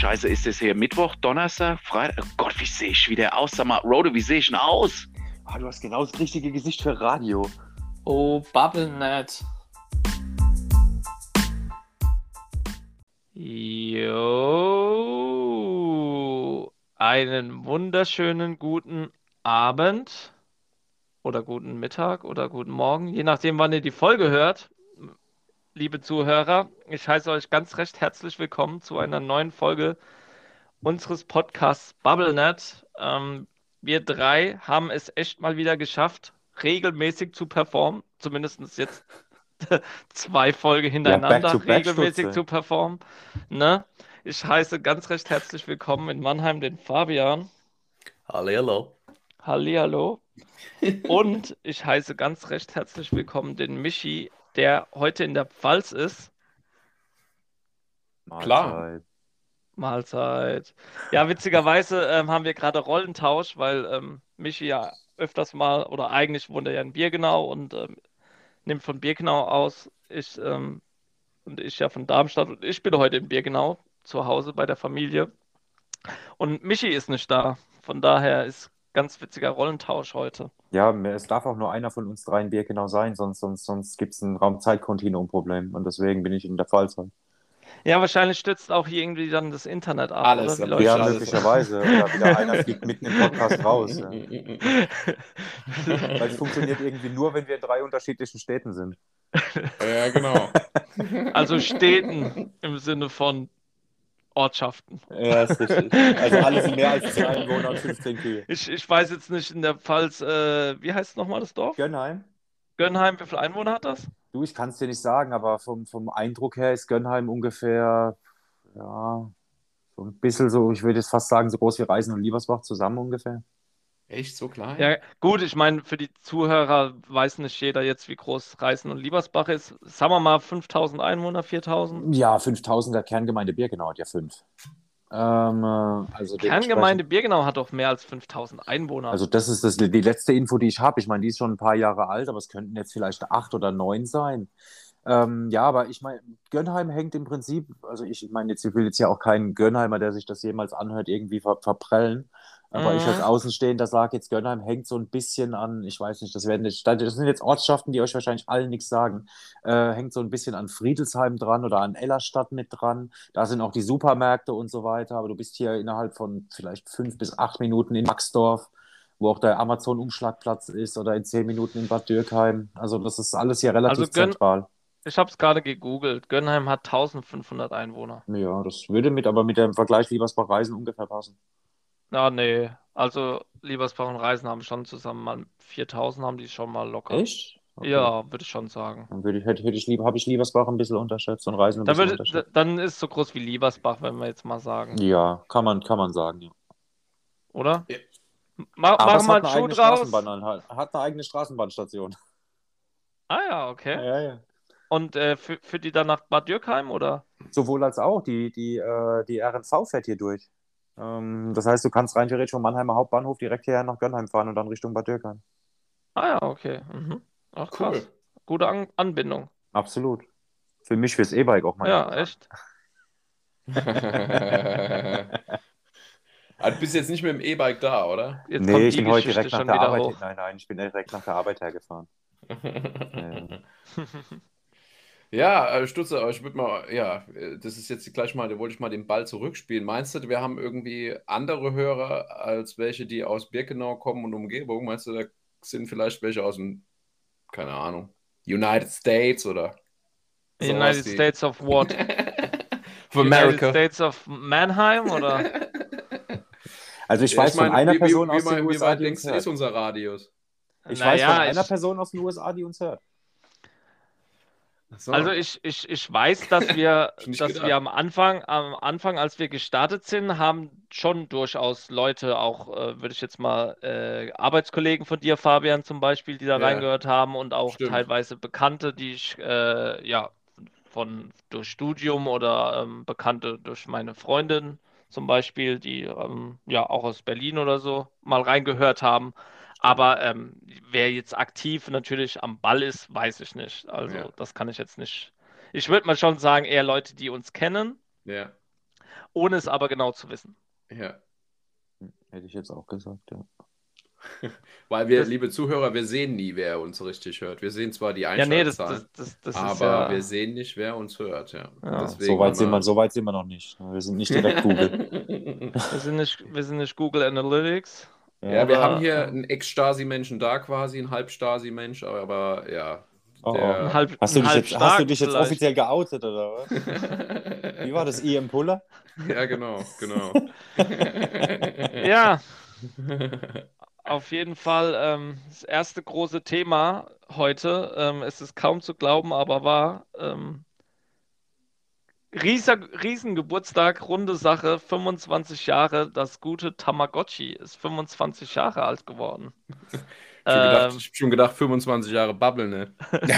Scheiße, ist das hier Mittwoch, Donnerstag, Freitag? Oh Gott, wie sehe ich wieder aus? Sag mal, Rode, wie sehe ich denn aus? Ah, du hast genau das richtige Gesicht für Radio. Oh, BubbleNet. Jo, einen wunderschönen guten Abend oder guten Mittag oder guten Morgen, je nachdem, wann ihr die Folge hört. Liebe Zuhörer, ich heiße euch ganz recht herzlich willkommen zu einer neuen Folge unseres Podcasts BubbleNet. Wir drei haben es echt mal wieder geschafft, regelmäßig zu performen, zumindest jetzt 2 Folgen Ja, back to hintereinander back, regelmäßig Stutze. zu performen. Ne? Ich heiße ganz recht herzlich willkommen in Mannheim den Fabian. Hallo. Hallihallo. Und ich heiße ganz recht herzlich willkommen den Michi, der heute in der Pfalz ist. Klar. Mahlzeit. Ja, witzigerweise haben wir gerade Rollentausch, weil Michi ja öfters mal, oder eigentlich wohnt er ja in Birkenau und nimmt von Birkenau aus. Und ich ja von Darmstadt und ich bin heute in Birkenau zu Hause bei der Familie. Und Michi ist nicht da. Von daher ist ganz witziger Rollentausch heute. Ja, es darf auch nur einer von uns drei in Birkenau sein, sonst gibt es ein Raum-Zeit-Kontinuum-Problem. Und deswegen bin ich in der Pfalz halt. Ja, wahrscheinlich stürzt auch hier irgendwie dann das Internet ab, Alles, oder? Wie da läuft Ja, bricht das? alles. möglicherweise. Oder wieder einer fliegt mitten im Podcast raus. Ja. Weil es funktioniert irgendwie nur, wenn wir in 3 unterschiedlichen Städten sind. Ja, genau. Also Städten im Sinne von Ortschaften. Ja, ist richtig. Also alle sind mehr als 10 Einwohner und 15 Kühe. Ich weiß jetzt nicht in der Pfalz, wie heißt nochmal das Dorf? Gönnheim? Gönnheim, wie viele Einwohner hat das? Du, ich kann es dir nicht sagen, aber vom Eindruck her ist Gönnheim ungefähr, ja, so ein bisschen so, ich würde jetzt fast sagen, so groß wie Reisen und Liebersbach zusammen ungefähr. Echt so klein? Ja, gut, ich meine, für die Zuhörer weiß nicht jeder jetzt, wie groß Reißen und Liebersbach ist. Sagen wir mal 5000 Einwohner, 4000. Ja, 5000er Kerngemeinde Birkenau hat ja 5. Also Kerngemeinde dementsprechend, Birkenau hat doch mehr als 5000 Einwohner. also das ist die letzte Info, die ich habe. Ich meine, die ist schon ein paar Jahre alt, aber es könnten jetzt vielleicht 8 oder 9 sein. Ja, aber ich meine, Gönnheim hängt im Prinzip, also ich meine, ich will jetzt ja auch keinen Gönnheimer, der sich das jemals anhört, irgendwie verprellen. Aber ich als Mhm. Außenstehender sage jetzt, Gönnheim hängt so ein bisschen an, ich weiß nicht, das sind jetzt Ortschaften, die euch wahrscheinlich allen nichts sagen. Hängt so ein bisschen an Friedelsheim dran oder an Ellerstadt mit dran. Da sind auch die Supermärkte und so weiter. Aber du bist hier innerhalb von vielleicht 5 bis 8 Minuten in Maxdorf, wo auch der Amazon-Umschlagplatz ist, oder in 10 Minuten in Bad Dürkheim. Also das ist alles hier Also relativ zentral. ich habe es gerade gegoogelt. Gönnheim hat 1500 Einwohner. Ja, das würde aber mit dem Vergleich Liebersbach-Reisen ungefähr passen. Ja, nee. Also Liebersbach und Reisen haben schon zusammen mal 4000 haben die schon mal locker. Echt? Okay. Ja, würde ich schon sagen. Dann habe ich Liebersbach ein bisschen unterschätzt und Reisen ein bisschen unterschätzt. Dann ist es so groß wie Liebersbach, wenn wir jetzt mal sagen. Ja, kann man sagen, ja. Oder? Ja. Aber Machen es wir hat einen eine Schuh eigene draus. hat eine eigene Straßenbahnstation. Ah ja, okay. Ja, ja. Und für die dann nach Bad Dürkheim, oder? Sowohl als auch. Die RNV fährt hier durch. Das heißt, du kannst rein theoretisch vom Mannheimer Hauptbahnhof direkt hierher nach Gönnheim fahren und dann Richtung Bad Dürkheim. Ah ja, okay. Mhm. Ach krass. Cool. Gute Anbindung. Absolut. Für mich fürs E-Bike auch mal Ja, interessant. Also, du bist jetzt nicht mit dem E-Bike da, oder? Jetzt Nee, kommt ich die bin heute Geschichte direkt nach schon der wieder Arbeit. hoch. Nein, ich bin direkt nach der Arbeit hergefahren. Ja, Stutze, aber ich würde mal, ja, das ist jetzt gleich mal, da wollte ich mal den Ball zurückspielen. Meinst du, wir haben irgendwie andere Hörer als welche, die aus Birkenau kommen und Umgebung? Meinst du, da sind vielleicht welche aus dem, keine Ahnung, United States oder sowas, United States of what? of United America? States of Mannheim, oder? Also ich Ja, weiß von meine, einer Person aus den wie USA, weit die uns denkst du, ist hört. unser Radius? Ich weiß von Naja, einer Person aus den USA, die uns hört. Ach so, also ich weiß, dass hab ich nicht wir gedacht. am Anfang, als wir gestartet sind, haben schon durchaus Leute, auch, würde ich jetzt mal, Arbeitskollegen von dir, Fabian zum Beispiel, die da Ja, reingehört haben und auch stimmt. teilweise Bekannte, die ich, ja, durch Studium oder Bekannte durch meine Freundin zum Beispiel, die ja auch aus Berlin oder so mal reingehört haben. Stimmt. Aber wer jetzt aktiv natürlich am Ball ist, weiß ich nicht. Also Ja, das kann ich jetzt nicht. Ich würde mal schon sagen, eher Leute, die uns kennen. ja. ohne es aber genau zu wissen. Ja. Hätte ich jetzt auch gesagt, ja. Weil wir, Das, liebe Zuhörer, wir sehen nie, wer uns richtig hört. Wir sehen zwar die ja, nee, das Einschaltzahlen, ist aber wir ja, sehen nicht, wer uns hört. Ja. ja. Deswegen So weit sind wir noch nicht. Wir sind nicht direkt Google. Wir sind nicht Google Analytics, Ja, wir haben oder hier einen Ex-Stasi-Menschen da quasi, einen Halb-Stasi-Mensch, aber ja, Oh, oh. ein der. halb, Hast du ein halb dich stark jetzt vielleicht. offiziell geoutet, oder was? Wie war das? IM Puller? Ja, genau. Ja, auf jeden Fall das erste große Thema heute. Es ist kaum zu glauben, aber wahr. Riesengeburtstag, runde Sache, 25 Jahre. Das gute Tamagotchi ist 25 Jahre alt geworden. Ich hab Ähm, schon gedacht, 25 Jahre Bubble, ne?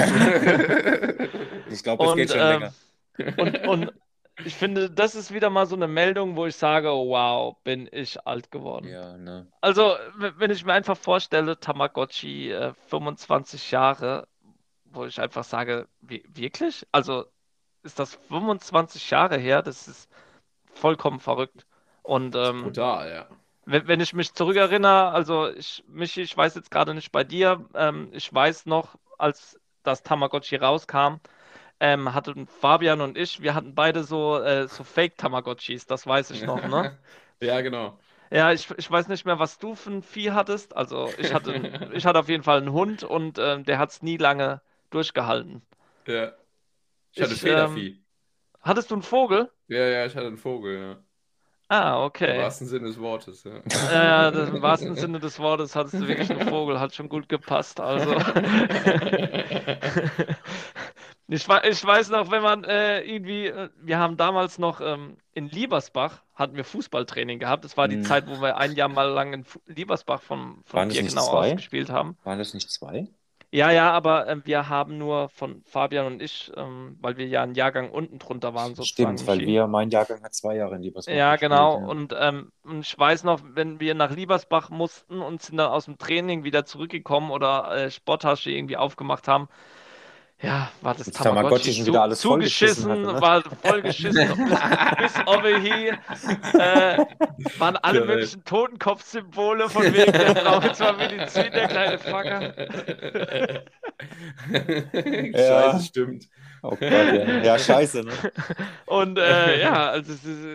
Ich glaube, das geht und, schon länger. und ich finde, das ist wieder mal so eine Meldung, wo ich sage, wow, bin ich alt geworden. Ja, ne. Also, wenn ich mir einfach vorstelle, Tamagotchi, 25 Jahre, wo ich einfach sage, wirklich? Also, ist das 25 Jahre her? Das ist vollkommen verrückt. Und Das ist brutal, ja. wenn ich mich zurückerinnere, also Michi, ich weiß jetzt gerade nicht bei dir, ich weiß noch, als das Tamagotchi rauskam, hatten Fabian und ich, wir hatten beide so Fake-Tamagotchis, das weiß ich noch, ne? Ja, genau. Ja, ich weiß nicht mehr, was du für ein Vieh hattest. Also ich hatte auf jeden Fall einen Hund und der hat es nie lange durchgehalten. Ja. Ich hatte Ich, Federvieh. hattest du einen Vogel? Ja, ich hatte einen Vogel, ja. Ah, Im okay. wahrsten Sinne des Wortes, ja. Ja, im wahrsten Sinne des Wortes hattest du wirklich einen Vogel, hat schon gut gepasst. Also ich weiß noch, wenn man irgendwie, wir haben damals noch in Liebersbach hatten wir Fußballtraining gehabt. Das war die Hm. Zeit, wo wir ein Jahr mal lang in Liebersbach von Waren das nicht Birkenau aus zwei? gespielt haben. Waren das nicht zwei? Ja, aber wir haben nur von Fabian und ich, weil wir ja einen Jahrgang unten drunter waren, sozusagen, Stimmt, weil Michi. mein Jahrgang hat 2 Jahre in Liebersbach Ja, gespielt. genau. Ja. Und ich weiß noch, wenn wir nach Liebersbach mussten und sind dann aus dem Training wieder zurückgekommen oder Sporttasche irgendwie aufgemacht haben, ja, war das Das Tamagotchi Tamagotchi schon wieder alles vollgeschissen zugeschissen, hatte, ne? war vollgeschissen bis over hier. Waren alle Geil. möglichen Totenkopfsymbole von wegen, der braucht jetzt mal Medizin, der kleine Fucker. Scheiße, stimmt. Oh Gott, ja. Ja, scheiße, ne? Und ja, also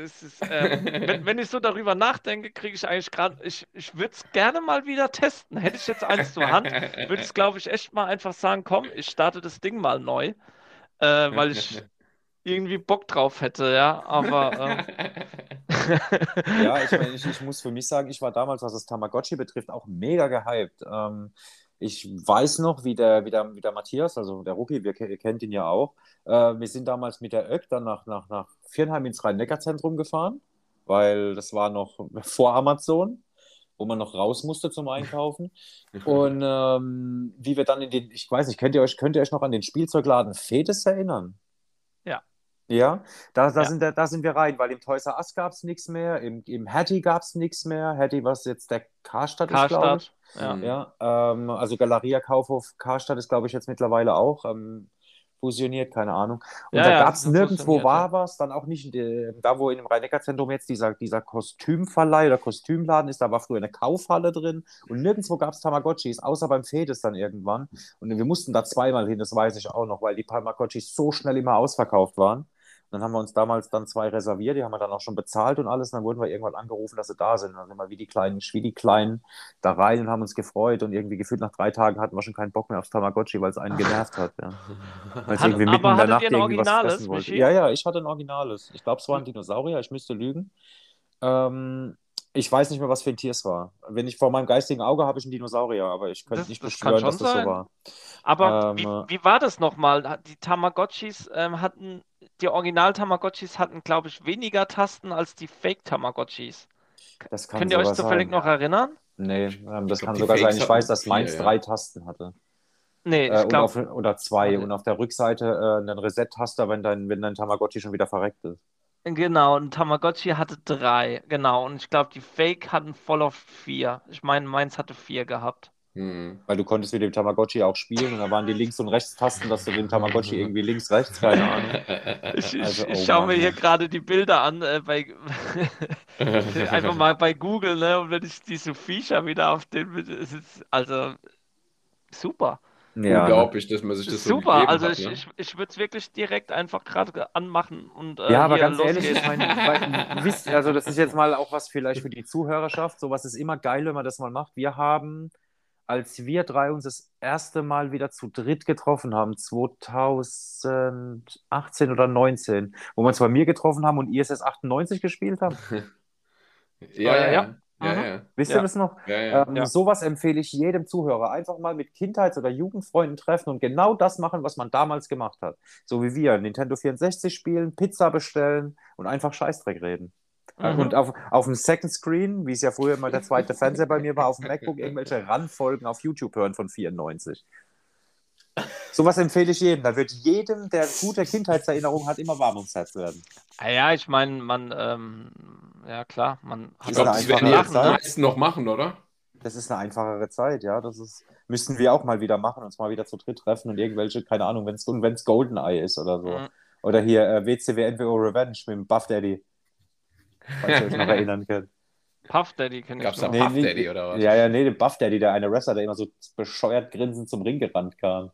wenn ich so darüber nachdenke, kriege ich eigentlich gerade, ich würde es gerne mal wieder testen. Hätte ich jetzt eins zur Hand, würde ich es, glaube ich, echt mal einfach sagen, komm, ich starte das Ding mal neu, weil ich irgendwie Bock drauf hätte, ja, aber Ja, ich meine, ich muss für mich sagen, ich war damals, was das Tamagotchi betrifft, auch mega gehypt. Ich weiß noch, wie der Matthias, also der Rookie, ihr kennt ihn ja auch, wir sind damals mit der ÖK dann nach Viernheim ins Rhein-Neckar-Zentrum gefahren, weil das war noch vor Amazon, wo man noch raus musste zum Einkaufen. Und wie wir dann ich weiß nicht, könnt ihr euch noch an den Spielzeugladen Fedes erinnern? ja, Ja, da ja, da sind wir rein, weil im Toys R Us gab es nichts mehr, im Hattie gab es nichts mehr. Hattie, was jetzt der Karstadt ist, glaube ich. Karstadt, ja. Ja, also Galeria Kaufhof Karstadt ist, glaube ich, jetzt mittlerweile auch fusioniert, keine Ahnung. Und Ja, da ja, gab die es sind nirgendwo fusioniert, ja. war was, dann auch nicht da, wo in dem Rhein-Neckar-Zentrum jetzt dieser Kostümverleih oder Kostümladen ist, da war früher eine Kaufhalle drin und nirgendwo gab es Tamagotchis, außer beim Fedes dann irgendwann. Und wir mussten da zweimal hin, das weiß ich auch noch, weil die Tamagotchis so schnell immer ausverkauft waren. Dann haben wir uns damals dann 2 reserviert, die haben wir dann auch schon bezahlt und alles. Und dann wurden wir irgendwann angerufen, dass sie da sind. Und dann sind wir wie die Kleinen da rein und haben uns gefreut. Und irgendwie gefühlt nach 3 Tagen hatten wir schon keinen Bock mehr aufs Tamagotchi, weil es einen genervt hat. Ja. Weil es irgendwie mitten Aber in der hattet ihr Nacht ein irgendwie was Originales, fressen wollte. Michi? Ja, ich hatte ein Originales. Ich glaube, es war ein Dinosaurier, ich müsste lügen. Ich weiß nicht mehr, was für ein Tier es war. Wenn ich vor meinem geistigen Auge habe ich einen Dinosaurier, aber ich könnte nicht Das kann beschwören, schon dass das so sein. war. Aber Ähm, wie war das nochmal? Die Tamagotchis die Original-Tamagotchis hatten, glaube ich, weniger Tasten als die Fake-Tamagotchis. Das kann Könnt ihr euch sogar zufällig sein. noch erinnern? Nee, Ich das glaube, kann die sogar sein. Fakes Ich weiß, hatten dass 4, meins ja. 3 Tasten hatte. Nee, ich glaube, Oder 2. warte, Und auf der Rückseite einen Reset-Taster, wenn dein Tamagotchi schon wieder verreckt ist. genau, ein Tamagotchi hatte 3, genau. Und ich glaube, die Fake hatten voll auf 4. Ich meine, meins hatte 4 gehabt. Weil du konntest mit dem Tamagotchi auch spielen und da waren die Links- und Rechtstasten, dass du den Tamagotchi irgendwie links, rechts, keine Ahnung. Also, Ich oh schaue mir Mann, hier ja. gerade die Bilder an, einfach mal bei Google, ne? Und wenn ich diese Viecher wieder auf den, es ist also super. Ja, ne? Unglaublich, dass man sich das so Super, gegeben also hat, ne? ich würde es wirklich direkt einfach gerade anmachen und Ja, aber hier, ganz los ehrlich, geht's. ich meine, wisst, also das ist jetzt mal auch was vielleicht für die Zuhörerschaft. Sowas ist immer geil, wenn man das mal macht. Wir haben, als wir drei uns das erste Mal wieder zu dritt getroffen haben, 2018 oder 19, wo wir uns bei mir getroffen haben und ISS 98 gespielt haben. Ja, Ja. ja, ja, Mhm. ja, Wisst ihr Ja. das noch? ja, ja. Ja. Sowas empfehle ich jedem Zuhörer. Einfach mal mit Kindheits- oder Jugendfreunden treffen und genau das machen, was man damals gemacht hat. So wie wir. Nintendo 64 spielen, Pizza bestellen und einfach Scheißdreck reden. Und Mhm. auf dem Second Screen, wie es ja früher immer der zweite Fernseher bei mir war, auf dem MacBook irgendwelche Randfolgen auf YouTube hören von 94. Sowas empfehle ich jedem. Da wird jedem, der gute Kindheitserinnerungen hat, immer warm ums Herz werden. Ja, ich meine, ja klar, man Ich hat Ist glaube, eine auch das viel zu werden einfachere jetzt lachen, die ne? Zeit. meisten noch machen, oder? Das ist eine einfachere Zeit, ja. Müssten wir auch mal wieder machen, uns mal wieder zu dritt treffen und irgendwelche, keine Ahnung, wenn es GoldenEye ist oder so. Mhm. Oder hier WCW NWO Revenge mit dem Buff Daddy, falls ihr euch noch erinnern könnt. Puff Daddy kenne ich Gab's da noch. Nee, Puff Daddy oder was? ja, nee, der Buff Daddy, der eine Wrestler, der immer so bescheuert grinsend zum Ring gerannt kam.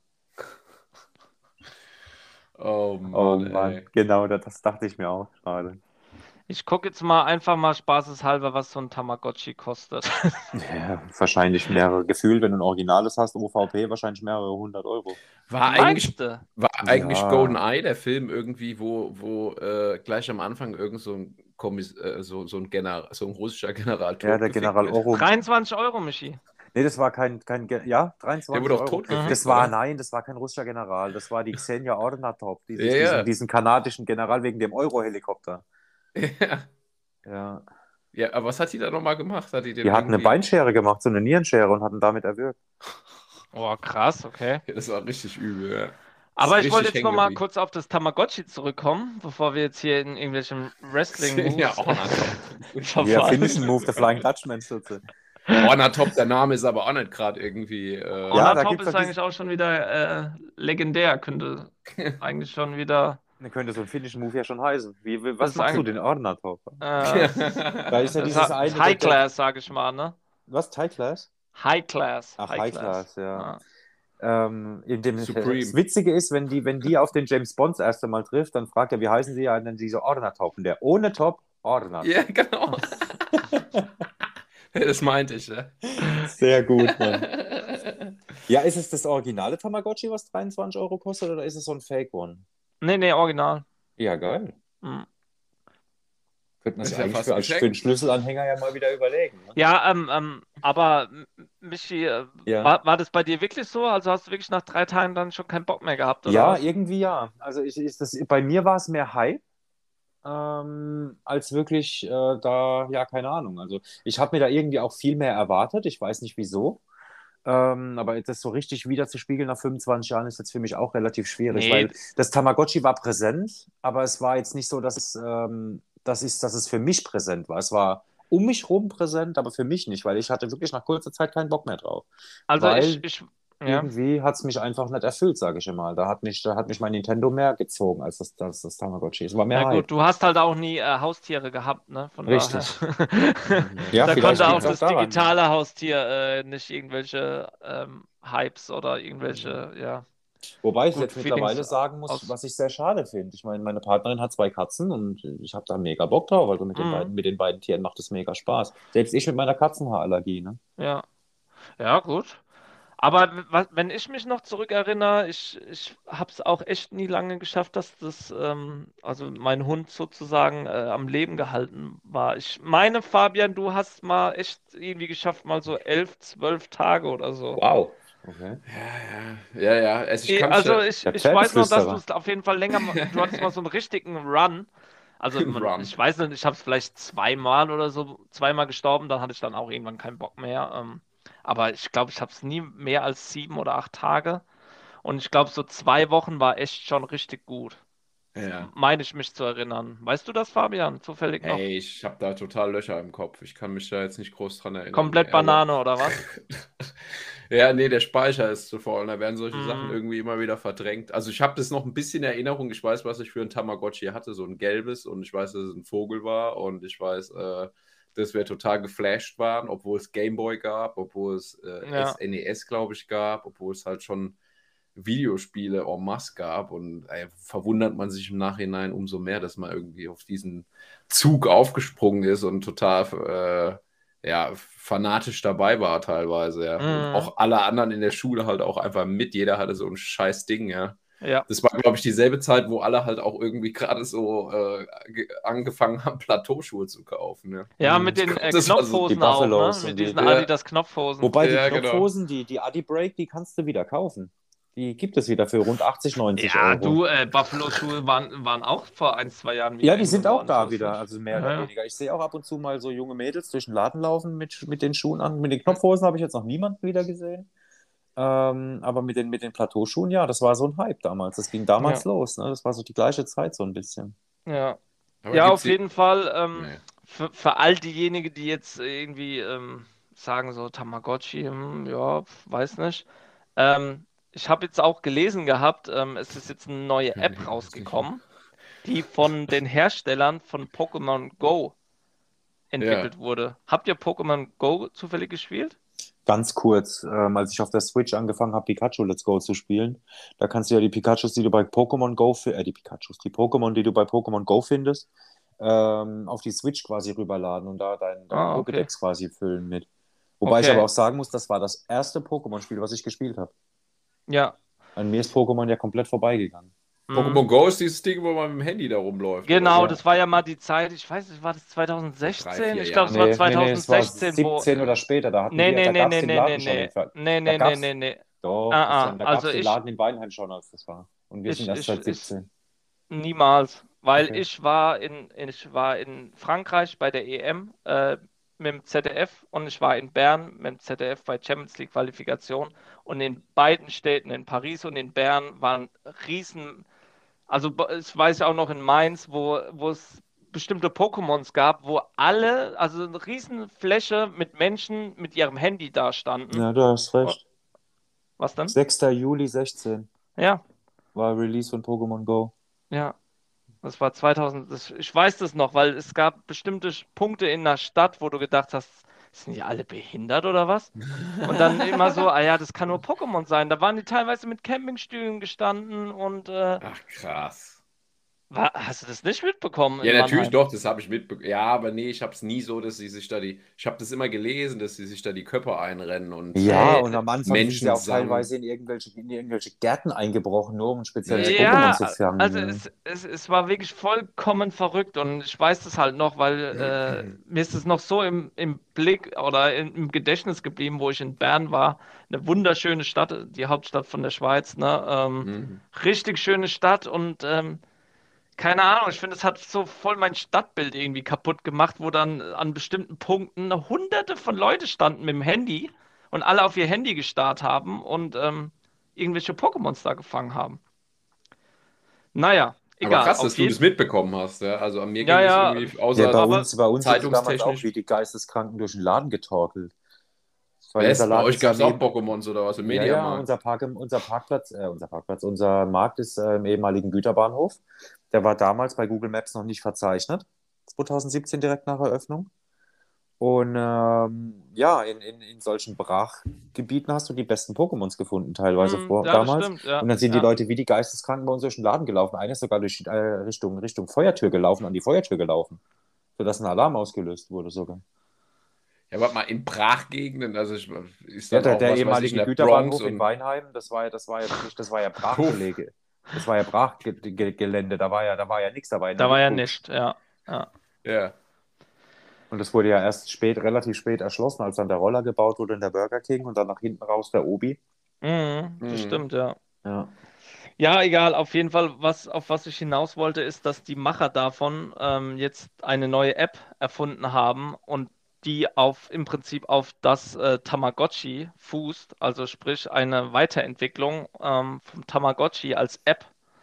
Oh Oh Mann, Mann, ey. genau, das dachte ich mir auch gerade. Ich gucke jetzt mal einfach mal spaßeshalber, was so ein Tamagotchi kostet. Ja, wahrscheinlich mehrere Gefühl, wenn du ein Originales hast, OVP, wahrscheinlich mehrere 100 Euro. War Meinst du? eigentlich Ja. GoldenEye der Film irgendwie, wo gleich am Anfang irgend so ein so ein so ein russischer General Ja, der totgefickt General wird? Oro. 23 Euro, Michi. Nee, das war ja, Der 23 wurde auch Euro. totgefickt, oder? Nein, das war kein russischer General, das war die Xenia Ornatop, Ja, ja. diesen kanadischen General wegen dem Euro-Helikopter. Ja. Ja. Ja, aber was hat die da nochmal gemacht? Hat die dem Die hatten eine irgendwie. Beinschere gemacht, so eine Nierenschere und hatten damit erwürgt. Oh, krass, okay. Ja, das war richtig übel, ja. Aber Ist ich wollte richtig jetzt noch hängen mal geblieben. kurz auf das Tamagotchi zurückkommen, bevor wir jetzt hier in irgendwelchen Ja, Wrestling-Moves Ornatop. Ja, verfallen. Finishing Move, der Flying Dutchman Stütze. Ornatop, der Name ist aber auch nicht gerade irgendwie. Ja, da Ornatop gibt's ist doch eigentlich auch schon wieder legendär, könnte eigentlich schon wieder. dann könnte so ein Finishing Move ja schon heißen. Das Was ist machst du, eigentlich, den Ornatop? Da ist ist ja dieses eine, ist High Class, sage ich mal, ne? was, Thai Class? High Class. Ach, High High Class. Class, ja. Ja. Das Supreme. Witzige ist, wenn die auf den James Bond das erste Mal trifft, dann fragt er, wie heißen sie ja, und dann diese Ornatop. Und der ohne Top, Ornat. Ja, genau. Das meinte ich, ja. Sehr gut, Mann. Ja, ist es das originale Tamagotchi, was 23 Euro kostet, oder ist es so ein Fake-One? Nee, original. Ja, geil. Hm. Könnte man Ist sich ja eigentlich fast für geschenkt. einen Schlüsselanhänger ja mal wieder überlegen. Ne? Ja, aber Michi, Ja. war das bei dir wirklich so? Also hast du wirklich nach 3 Tagen dann schon keinen Bock mehr gehabt, oder Ja, was? irgendwie ja. Also bei mir war es mehr Hype, als wirklich ja, keine Ahnung. Also ich habe mir da irgendwie auch viel mehr erwartet. Ich weiß nicht wieso. Aber das so richtig wieder zu spiegeln nach 25 Jahren ist jetzt für mich auch relativ schwierig, Nee. weil das Tamagotchi war präsent, aber es war jetzt nicht so, dass es für mich präsent war. Es war um mich rum präsent, aber für mich nicht, weil ich hatte wirklich nach kurzer Zeit keinen Bock mehr drauf. Also Weil ja. irgendwie hat es mich einfach nicht erfüllt, sage ich immer. Da hat mich mein Nintendo mehr gezogen als das Tamagotchi. Es war mehr Na Hype. gut, du hast halt auch nie Haustiere gehabt, ne? Von Richtig. daher. Ja, Da vielleicht konnte auch liegt's auch das daran. digitale Haustier nicht irgendwelche Hypes oder irgendwelche, ja. Wobei ich Gut, jetzt mittlerweile Feelings sagen muss, aus- was ich sehr schade finde. Ich meine, meine Partnerin hat 2 Katzen und ich habe da mega Bock drauf. Also Mhm. mit den beiden Tieren macht es mega Spaß. Selbst ich mit meiner Katzenhaarallergie, ne? Ja. Ja, gut. Aber wenn ich mich noch zurückerinnere, ich habe es auch echt nie lange geschafft, dass also mein Hund sozusagen am Leben gehalten war. Ich meine, Fabian, du hast mal echt irgendwie geschafft, mal so 11, 12 Tage oder so. Wow. Okay. Ja. Also ich kann Also mich ich weiß noch, dass du Pferdeflüsterer. es auf jeden Fall du hattest mal so einen richtigen Run. Also Run. ich weiß nicht, ich habe es vielleicht zweimal oder so, zweimal gestorben, dann hatte ich dann auch irgendwann keinen Bock mehr. Aber ich glaube, ich habe es nie mehr als 7 oder 8 Tage. Und ich glaube, so 2 Wochen war echt schon richtig gut. Ja. meine ich mich zu erinnern. Weißt du das, Fabian, zufällig noch? Ey, ich habe da total Löcher im Kopf. Ich kann mich da jetzt nicht groß dran erinnern. Komplett Nee, also. Banane oder was? Ja, nee, der Speicher ist zu voll. Da werden solche Sachen Mm, irgendwie immer wieder verdrängt. Also ich habe das noch ein bisschen in Erinnerung. Ich weiß, was ich für ein Tamagotchi hatte, so ein gelbes. Und ich weiß, dass es ein Vogel war. Und ich weiß, dass wir total geflasht waren, obwohl es Gameboy gab, obwohl es ja, SNES, glaube ich, gab, obwohl es halt schon Videospiele en masse gab. Und verwundert man sich im Nachhinein umso mehr, dass man irgendwie auf diesen Zug aufgesprungen ist und total ja, fanatisch dabei war teilweise, ja. Und mm, auch alle anderen in der Schule halt auch einfach mit. Jeder hatte so ein scheiß Ding, ja. ja, Das war, glaube ich, dieselbe Zeit, wo alle halt auch irgendwie gerade so angefangen haben, Plateauschuhe zu kaufen, ja. ja, Mhm. mit den Das war so, Die Knopfhosen auch, ne? Buffalos Mit und die. diesen ja, Adidas-Knopfhosen. Wobei die ja, genau. Knopfhosen, die Adi Break, die kannst du wieder kaufen. Die gibt es wieder für rund 80, 90 Ja, Euro. du, Buffalo-Schuhe waren auch vor 1, 2 Jahren wieder Ja, die in sind auch geworden, da so ist wieder, nicht. also mehr Ja, oder ja. weniger. Ich sehe auch ab und zu mal so junge Mädels durch den Laden laufen mit den Schuhen an. Mit den Knopfhosen habe ich jetzt noch niemanden wieder gesehen. Aber mit den Plateauschuhen, ja, das war so ein Hype damals. Das ging damals Ja, los, ne? Das war so die gleiche Zeit so ein bisschen. ja. Aber Ja, gibt's auf jeden Fall, Nee. für all diejenigen, die jetzt irgendwie sagen so Tamagotchi, ja, weiß nicht. Ich habe jetzt auch gelesen gehabt, es ist jetzt eine neue Ja, App nee, weiß nicht. rausgekommen, die von den Herstellern von Pokémon Go Ja. entwickelt wurde. Habt ihr Pokémon Go zufällig gespielt? Ganz kurz, als ich auf der Switch angefangen habe, Pikachu Let's Go zu spielen, da kannst du ja die Pikachus, die du bei Pokémon Go, die Pokémon, die du bei Pokémon Go findest, auf die Switch quasi rüberladen und da dein Ah, okay. Pokédex quasi füllen mit. Wobei ich Okay. aber auch sagen muss, das war das erste Pokémon-Spiel, was ich gespielt habe. Ja. An mir ist Pokémon ja komplett vorbeigegangen. Pokémon Go ist dieses Ding, wo man mit dem Handy da rumläuft. Genau, oder das war ja mal die Zeit, ich weiß nicht, war das 2016? 3, 4 Ich glaube, es Jahren. war Nee, es war 2016, wo. 17 oder später, da Nee, nee, gab nee, es den nee, Laden nee, schon nee. in, Nee, da nee, nee, gab's, nee, nee. doch, Ah, Christian, da gab also es den ich, Laden in Weinheim schon, als das war. Und wir sind ich, erst ich, seit ich, 17. niemals, weil Okay. ich war in Frankreich bei der EM mit dem ZDF und ich war in Bern mit dem ZDF bei Champions League Qualifikation und in beiden Städten, in Paris und in Bern, waren riesen, also ich weiß ja auch noch in Mainz, wo es bestimmte Pokémons gab, wo alle, also eine riesen Fläche mit Menschen mit ihrem Handy da standen. Ja, du hast Oh, recht. was dann? 6. Juli 16 Ja, war Release von Pokémon Go. ja. Das war 2000, ich weiß das noch, weil es gab bestimmte Punkte in der Stadt, wo du gedacht hast, sind die alle behindert oder was? Und dann immer so, ah ja, das kann nur Pokémon sein. Da waren die teilweise mit Campingstühlen gestanden und Ach, krass. hast du das nicht mitbekommen Ja, in natürlich Mannheim? doch, das habe ich mitbekommen. Ja, aber nee, ich habe es nie so, dass sie sich da ich habe das immer gelesen, dass sie sich da die Köpfe einrennen und Ja, Ey, und am Anfang sind sie Menschen auch sammeln. teilweise in irgendwelche Gärten eingebrochen, nur um ein spezielles Nee. Pokémon ja, zu fangen. also Ne? es war wirklich vollkommen verrückt und ich weiß das halt noch, weil mir ist es noch so im Blick oder im Gedächtnis geblieben, wo ich in Bern war. Eine wunderschöne Stadt, die Hauptstadt von der Schweiz, ne? Mhm. Richtig schöne Stadt und keine Ahnung, ich finde, es hat so voll mein Stadtbild irgendwie kaputt gemacht, wo dann an bestimmten Punkten hunderte von Leute standen mit dem Handy und alle auf ihr Handy gestarrt haben und irgendwelche Pokémons da gefangen haben. Naja, Aber egal, krass, dass auf du das jeden mitbekommen hast, ja. Also an mir Ja, ging das ja, irgendwie, Ja, außer aber bei uns sind sie damals auch zeitungstechnisch. wie die Geisteskranken durch den Laden getorkelt. Weil unser Bei Laden euch ist ja gab es auch neben, Pokémons oder was im ja, ja, Mediamarkt? unser Markt ist im ehemaligen Güterbahnhof. Der war damals bei Google Maps noch nicht verzeichnet. 2017 direkt nach Eröffnung. Und ja, in solchen Brachgebieten hast du die besten Pokémons gefunden, teilweise ja, das damals. stimmt, ja, Und dann sind die ja. Leute wie die Geisteskranken bei uns durch den Laden gelaufen. Einer ist sogar durch Richtung Feuertür gelaufen, an die Feuertür gelaufen, sodass ein Alarm ausgelöst wurde sogar. Ja, warte mal, in Brachgegenden, also ist Ja, dann auch, der was weiß ich, in ehemalige der Bronx Güterbahnhof in und Weinheim, das war ja wirklich, das war ja Puff. Brachgelege. Das war ja Brachgelände, da war ja nichts, da war ja Da nur war ja Wildwuchs. nicht, ja, ja. Ja. Und das wurde ja erst relativ spät erschlossen, als dann der Roller gebaut wurde in der Burger King und dann nach hinten raus der Obi. Das Mhm. stimmt, ja. Ja. Ja, egal, auf jeden Fall, auf was ich hinaus wollte, ist, dass die Macher davon jetzt eine neue App erfunden haben und die im Prinzip auf das Tamagotchi fußt, also sprich eine Weiterentwicklung vom Tamagotchi als App.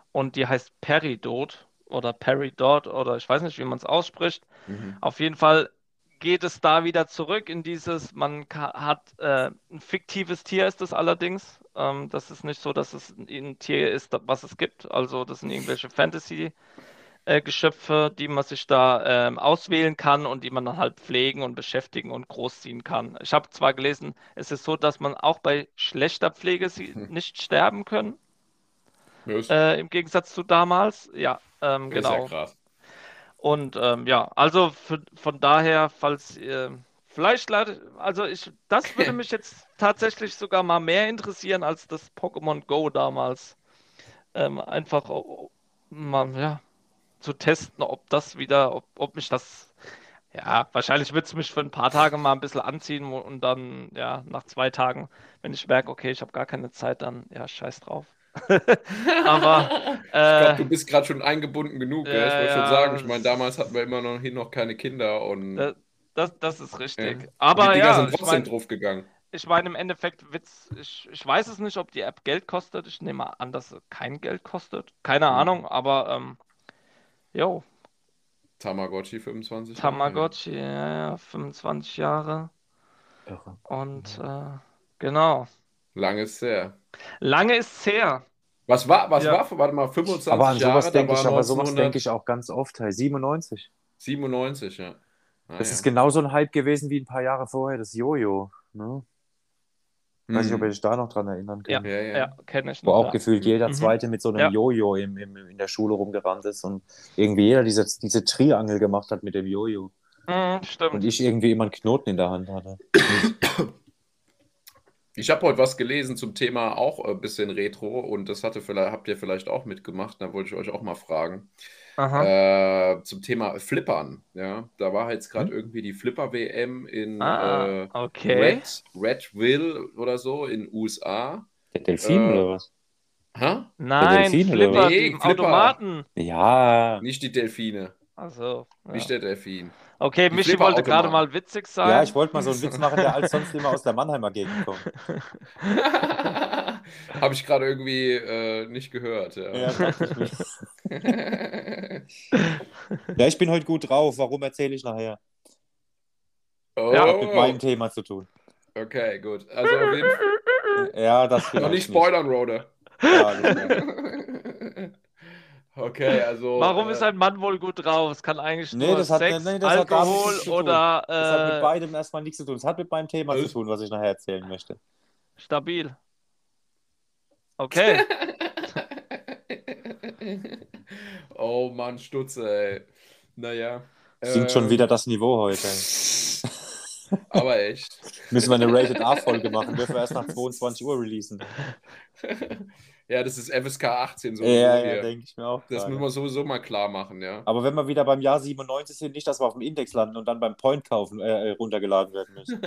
und die heißt Peridot oder Peridot oder ich weiß nicht, wie man es ausspricht. Mhm. Auf jeden Fall geht es da wieder zurück in dieses, hat ein fiktives Tier ist es allerdings. Das ist nicht so, dass es ein Tier ist, was es gibt. Also das sind irgendwelche Fantasy-Geschöpfe, die man sich da auswählen kann und die man dann halt pflegen und beschäftigen und großziehen kann. Ich habe zwar gelesen, es ist so, dass man auch bei schlechter Pflege sie nicht sterben können, Ja, im Gegensatz zu damals. Ja, ist ja genau. krass. Und ja, also von daher, falls vielleicht, das würde mich jetzt tatsächlich sogar mal mehr interessieren als das Pokémon Go damals. Einfach mal, ja, zu testen, ob mich das, ja, wahrscheinlich wird es mich für ein paar Tage mal ein bisschen anziehen und dann, ja, nach 2 Tagen, wenn ich merke, okay, ich habe gar keine Zeit, dann, ja, scheiß drauf. Aber, Ich glaube, äh, du bist gerade schon eingebunden genug, gell? Ich ja, wollte schon sagen, ja, ich meine, damals hatten wir immer noch keine Kinder und das, das ist ja. richtig. Und die Aber Dinger ja, sind trotzdem drauf gegangen. ich meine, im Endeffekt ich weiß es nicht, ob die App Geld kostet. Ich nehme an, dass sie kein Geld kostet. Keine Hm. Ahnung, aber jo, Tamagotchi 25 Jahre, ja. Tamagotchi, ja, 25 Jahre. Irre. Und genau. Lange ist her. Lange ist's her. Was war, Ja. warte mal, Aber 25 an Jahre, sowas da denke war ich, auch ganz oft. Hey, 97. 1997, ja. Ah, Das ja. ist genauso ein Hype gewesen wie ein paar Jahre vorher das Jojo. Ne? Weiß nicht, ob ihr Mhm. euch da noch dran erinnern Ja, könnt. Ja, ja. ja, kenne ich Wo noch, auch ja. gefühlt jeder Mhm. Zweite mit so einem Ja. Jojo in der Schule rumgerannt ist und irgendwie jeder diese Triangel gemacht hat mit dem Jojo. Und Stimmt. ich irgendwie immer einen Knoten in der Hand hatte. Ich habe heute was gelesen zum Thema auch ein bisschen Retro und das habt ihr vielleicht auch mitgemacht, da wollte ich euch auch mal fragen. Aha. Zum Thema Flippern, ja. Da war jetzt gerade Hm? irgendwie die Flipper-WM in Okay. Redville oder so in USA. Der Delfin Äh, oder was? hä? Nein, Delfin oder Flipper, was? die Nee, im Flipper. Automaten. Ja. Nicht die Delfine. Also, Nicht ja. der Delfin. Okay, Die Michi wollte gerade Flipperautomaten. mal witzig Ja, sein. ich wollte mal so einen Witz machen, der als sonst immer aus der Mannheimer Gegend kommt. Habe ich gerade irgendwie nicht gehört. Ja. Ja, dachte ich mir. Ja, ich bin heute gut drauf. Warum erzähle ich nachher? Hat mit meinem Oh, Thema zu tun. okay, gut. Also auf jeden Fall Ja, das noch vielleicht nicht spoilern, Roder. Ja, alles klar. Okay, also Warum ist ein Mann wohl gut drauf? Es kann eigentlich Nee, nur Sex, das hat damit Alkohol nichts zu tun. Das hat mit oder beidem erstmal nichts zu tun. Es hat mit meinem Thema zu Also- tun, was ich nachher erzählen möchte. stabil. Okay. Oh Mann, Stutze, ey. Naja. Sinkt schon wieder das Niveau heute. Aber echt. Müssen wir eine Rated R-Folge machen, dürfen wir erst nach 22 Uhr releasen. Ja, das ist FSK 18 Ja, sowieso ja, hier. denke ich mir auch Das gerade. müssen wir sowieso mal klar machen, ja. Aber wenn wir wieder beim Jahr 97 sind, nicht, dass wir auf dem Index landen und dann beim Point kaufen runtergeladen werden müssen.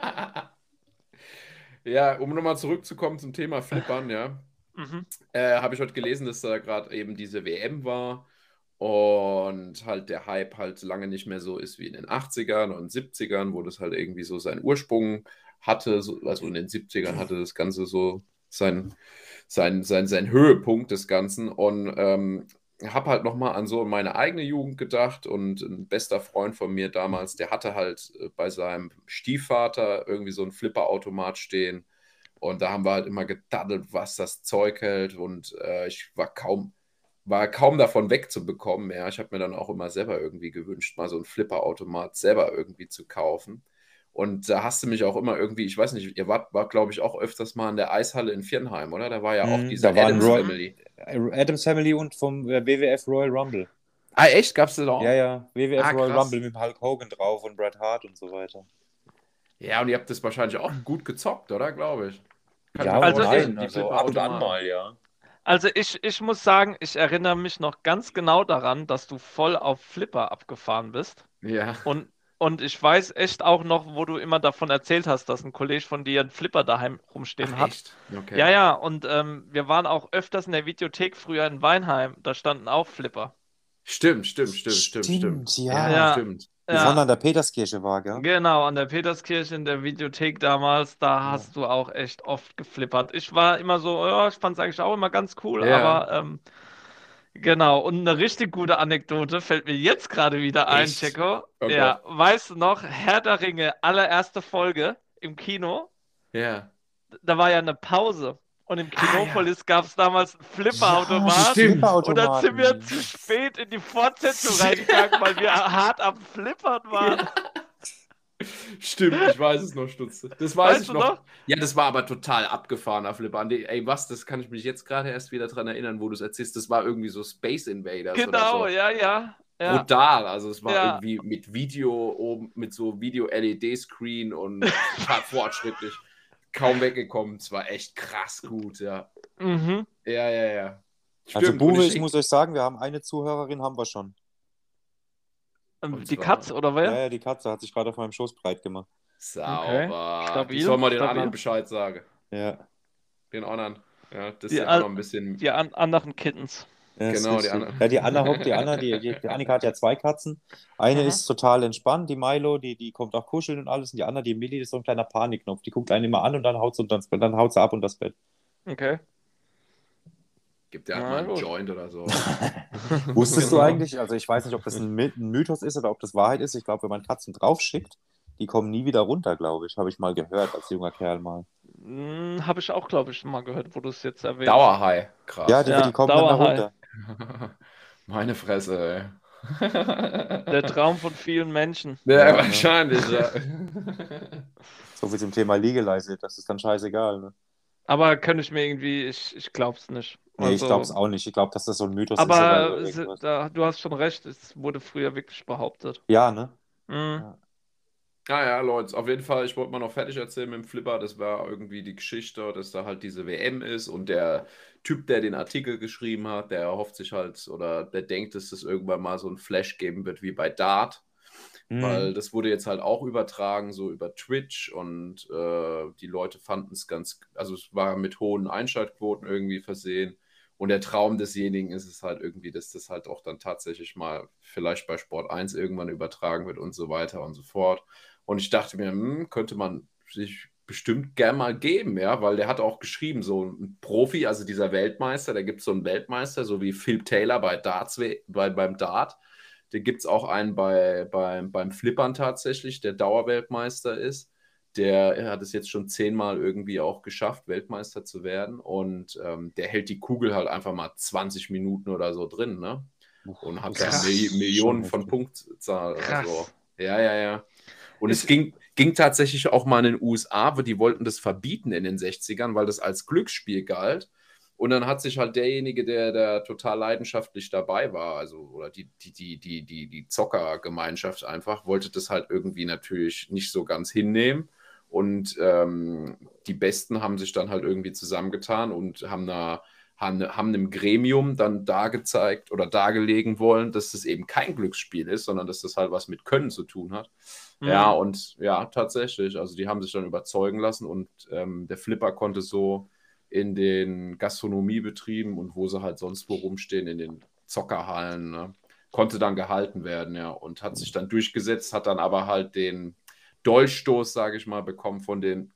Ja, um nochmal zurückzukommen zum Thema Flippern, ja. Mhm. Habe ich heute gelesen, dass da gerade eben diese WM war und halt der Hype halt lange nicht mehr so ist wie in den 80ern und 70ern, wo das halt irgendwie so seinen Ursprung hatte. Also in den 70ern hatte das Ganze so sein Höhepunkt des Ganzen und habe halt nochmal an so meine eigene Jugend gedacht und ein bester Freund von mir damals, der hatte halt bei seinem Stiefvater irgendwie so einen Flipperautomat stehen. Und da haben wir halt immer gedaddelt, was das Zeug hält. Und ich war kaum davon wegzubekommen. Ja, ich habe mir dann auch immer selber irgendwie gewünscht, mal so einen Flipperautomat selber irgendwie zu kaufen. Und da hast du mich auch immer irgendwie, ich weiß nicht, ihr war glaube ich, auch öfters mal in der Eishalle in Viernheim, oder? Da war ja auch diese da waren Addams Roy- Family. Adams Family und vom WWF Royal Rumble. Ah, echt? Gab's das auch? Ja, ja, WWF Ah, Royal krass. Rumble mit Hulk Hogan drauf und Bret Hart und so weiter. Ja, und ihr habt das wahrscheinlich auch gut gezockt, oder? Glaube ich. Kann Ja, mir Also vorstellen, ich- die also ab und an Flipperautomaten. mal, ja. Also ich muss sagen, ich erinnere mich noch ganz genau daran, dass du voll auf Flipper abgefahren bist. Ja. Und ich weiß echt auch noch, wo du immer davon erzählt hast, dass ein Kollege von dir einen Flipper daheim rumstehen Ach, hat. echt? Okay. Ja, ja, und wir waren auch öfters in der Videothek früher in Weinheim. Da standen auch Flipper. Stimmt. Stimmt, ja. Ja. Stimmt. Die Ja, vorne an der Peterskirche war, gell? genau, an der Peterskirche in der Videothek damals, da Ja. hast du auch echt oft geflippert. Ich war immer so, ja, ich fand es eigentlich auch immer ganz cool, Ja. aber Genau, und eine richtig gute Anekdote fällt mir jetzt gerade wieder ein, Echt? Checo. Oh Ja, Gott. weißt du noch, Herr der Ringe, allererste Folge im Kino, Ja. da war ja eine Pause. Und im Ah, ja. Kinopolis gab es damals einen Ja, die Flipperautomat. Stimmt. Und dann sind wir Flipperautomaten. zu spät in die Fortsetzung reingegangen, weil wir hart am Flippern waren. Ja. Stimmt, ich weiß es noch, Stutze. Das weiß Weißt ich du noch. noch? Ja, das war aber total abgefahrener Flipper. Ey, was, das kann ich mich jetzt gerade erst wieder dran erinnern, wo du es erzählst. Das war irgendwie so Space Invaders oder Genau, so. ja, ja. Ja, Brutal. Also es war ja. irgendwie mit Video oben, mit so Video-LED-Screen und total fortschrittlich. Kaum weggekommen. Es war echt krass gut, ja. Mhm. Ja, ja, ja. Also Stimmt. Und Buwe, ich muss euch sagen, wir haben eine Zuhörerin, haben wir schon. Und Die zwar- Katz, oder wer? Ja, die Katze hat sich gerade auf meinem Schoß breit gemacht. Sauber. Stabil, Die soll mal den stabil. anderen Bescheid sagen. Ja, Den anderen. Ja, das Die ist ja al- auch noch ein bisschen. Die anderen Kittens. ja, ist Genau, die richtig. andere. Ja, die Anna, die Annika hat ja 2 Katzen. Eine Mhm. ist total entspannt, die Milo, die kommt auch kuscheln und alles. Und die Anna, die Millie, ist so ein kleiner Panikknopf. Die guckt einen immer an und dann haut sie, dann haut sie ab und das Bett. Okay. Gibt ja halt Na mal einen gut. Joint oder so. Wusstest du Genau. eigentlich, also ich weiß nicht, ob das ein Mythos ist oder ob das Wahrheit ist. Ich glaube, wenn man Katzen draufschickt, die kommen nie wieder runter, glaube ich. Habe ich mal gehört als junger Kerl mal. Habe ich auch, glaube ich, mal gehört, wo du es jetzt erwähnst. Dauerhigh. Krass. Ja, die Ja, kommen dann da Dauerhigh. runter. Meine Fresse, ey. Der Traum von vielen Menschen. Ja, Ja, wahrscheinlich, ja. So wie zum Thema Legalize, das ist dann scheißegal. Ne? Aber könnte ich mir irgendwie, ich glaube es nicht. Nee, ich Also, glaube es auch nicht. Ich glaube, dass das so ein Mythos ist oder aber so irgendwas. du hast schon recht, es wurde früher wirklich behauptet. Ja, ne? Mhm. Ja. Ja, Leute, auf jeden Fall, ich wollte mal noch fertig erzählen mit dem Flipper. Das war irgendwie die Geschichte, dass da halt diese WM ist und der Typ, der den Artikel geschrieben hat, der hofft sich halt oder der denkt, dass es irgendwann mal so ein Flash geben wird wie bei Dart. Weil das wurde jetzt halt auch übertragen, so über Twitch und die Leute fanden es also es war mit hohen Einschaltquoten irgendwie versehen. Und der Traum desjenigen ist es halt irgendwie, dass das halt auch dann tatsächlich mal vielleicht bei Sport 1 irgendwann übertragen wird und so weiter und so fort. Und ich dachte mir, könnte man sich bestimmt gern mal geben, ja, weil der hat auch geschrieben, so ein Profi, also dieser Weltmeister, da gibt es so einen Weltmeister, so wie Phil Taylor bei beim Dart. Da gibt es auch einen beim Flippern tatsächlich, der Dauerweltmeister ist. Der hat es jetzt schon 10-mal irgendwie auch geschafft, Weltmeister zu werden. Und der hält die Kugel halt einfach mal 20 Minuten oder so drin, ne? Und hat da Krass. Millionen Schon von heftig. Punktzahl. Krass. Also, ja. Und es ging tatsächlich auch mal in den USA, wo die wollten das verbieten in den 60ern, weil das als Glücksspiel galt. Und dann hat sich halt derjenige, der total leidenschaftlich dabei war, also oder die Zockergemeinschaft einfach, wollte das halt irgendwie natürlich nicht so ganz hinnehmen. Und die Besten haben sich dann halt irgendwie zusammengetan und haben einem Gremium dann dargezeigt oder dargelegen wollen, dass das eben kein Glücksspiel ist, sondern dass das halt was mit Können zu tun hat. Mhm. Ja, und ja, tatsächlich. Also die haben sich dann überzeugen lassen und der Flipper konnte so in den Gastronomiebetrieben und wo sie halt sonst wo rumstehen, in den Zockerhallen, ne, konnte dann gehalten werden, ja, und hat sich dann durchgesetzt, hat dann aber halt den Dolchstoß, sage ich mal, bekommen von den,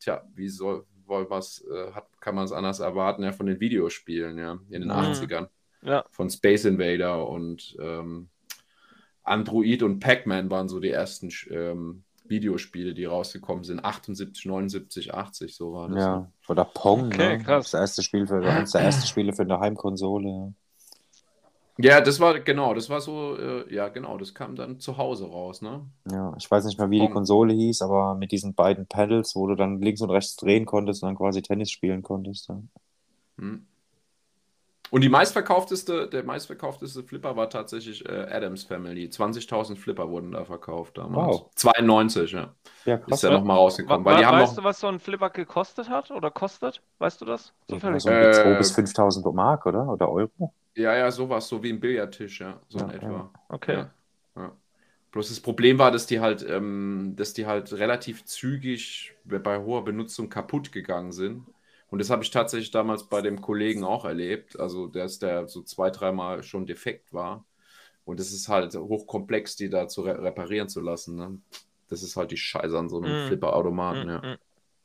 kann man es anders erwarten, ja, von den Videospielen, ja, in den 80ern. Ja. Von Space Invader und Android und Pac-Man waren so die ersten Videospiele, die rausgekommen sind. 78, 79, 80, so war das. Ja, Ne? oder Pong, Okay, ne? krass. Eines der ersten Spiele für eine Heimkonsole. Ja, das war so, genau, das kam dann zu Hause raus, ne? Ja, ich weiß nicht mehr, wie die Pong. Konsole hieß, aber mit diesen beiden Pedals, wo du dann links und rechts drehen konntest und dann quasi Tennis spielen konntest. Ja. Hm. Und der meistverkaufteste Flipper war tatsächlich Addams Family. 20.000 Flipper wurden da verkauft damals. Wow. 92, ja. Ja, Ist krass. ja nochmal rausgekommen. Weil die haben weißt noch, du, was so ein Flipper gekostet hat oder kostet? Weißt du das? Zufällig? So um die 2.000 bis 5.000 Mark, oder Euro? ja, sowas, so wie ein Billardtisch, ja, so in Ja, etwa. ja. Okay. Ja. Bloß das Problem war, dass die halt relativ zügig bei hoher Benutzung kaputt gegangen sind. Und das habe ich tatsächlich damals bei dem Kollegen auch erlebt. Also, der so 2-3 Mal schon defekt war. Und es ist halt hochkomplex, die da zu reparieren zu lassen. Ne? Das ist halt die Scheiße an so einem Flipperautomaten, ja.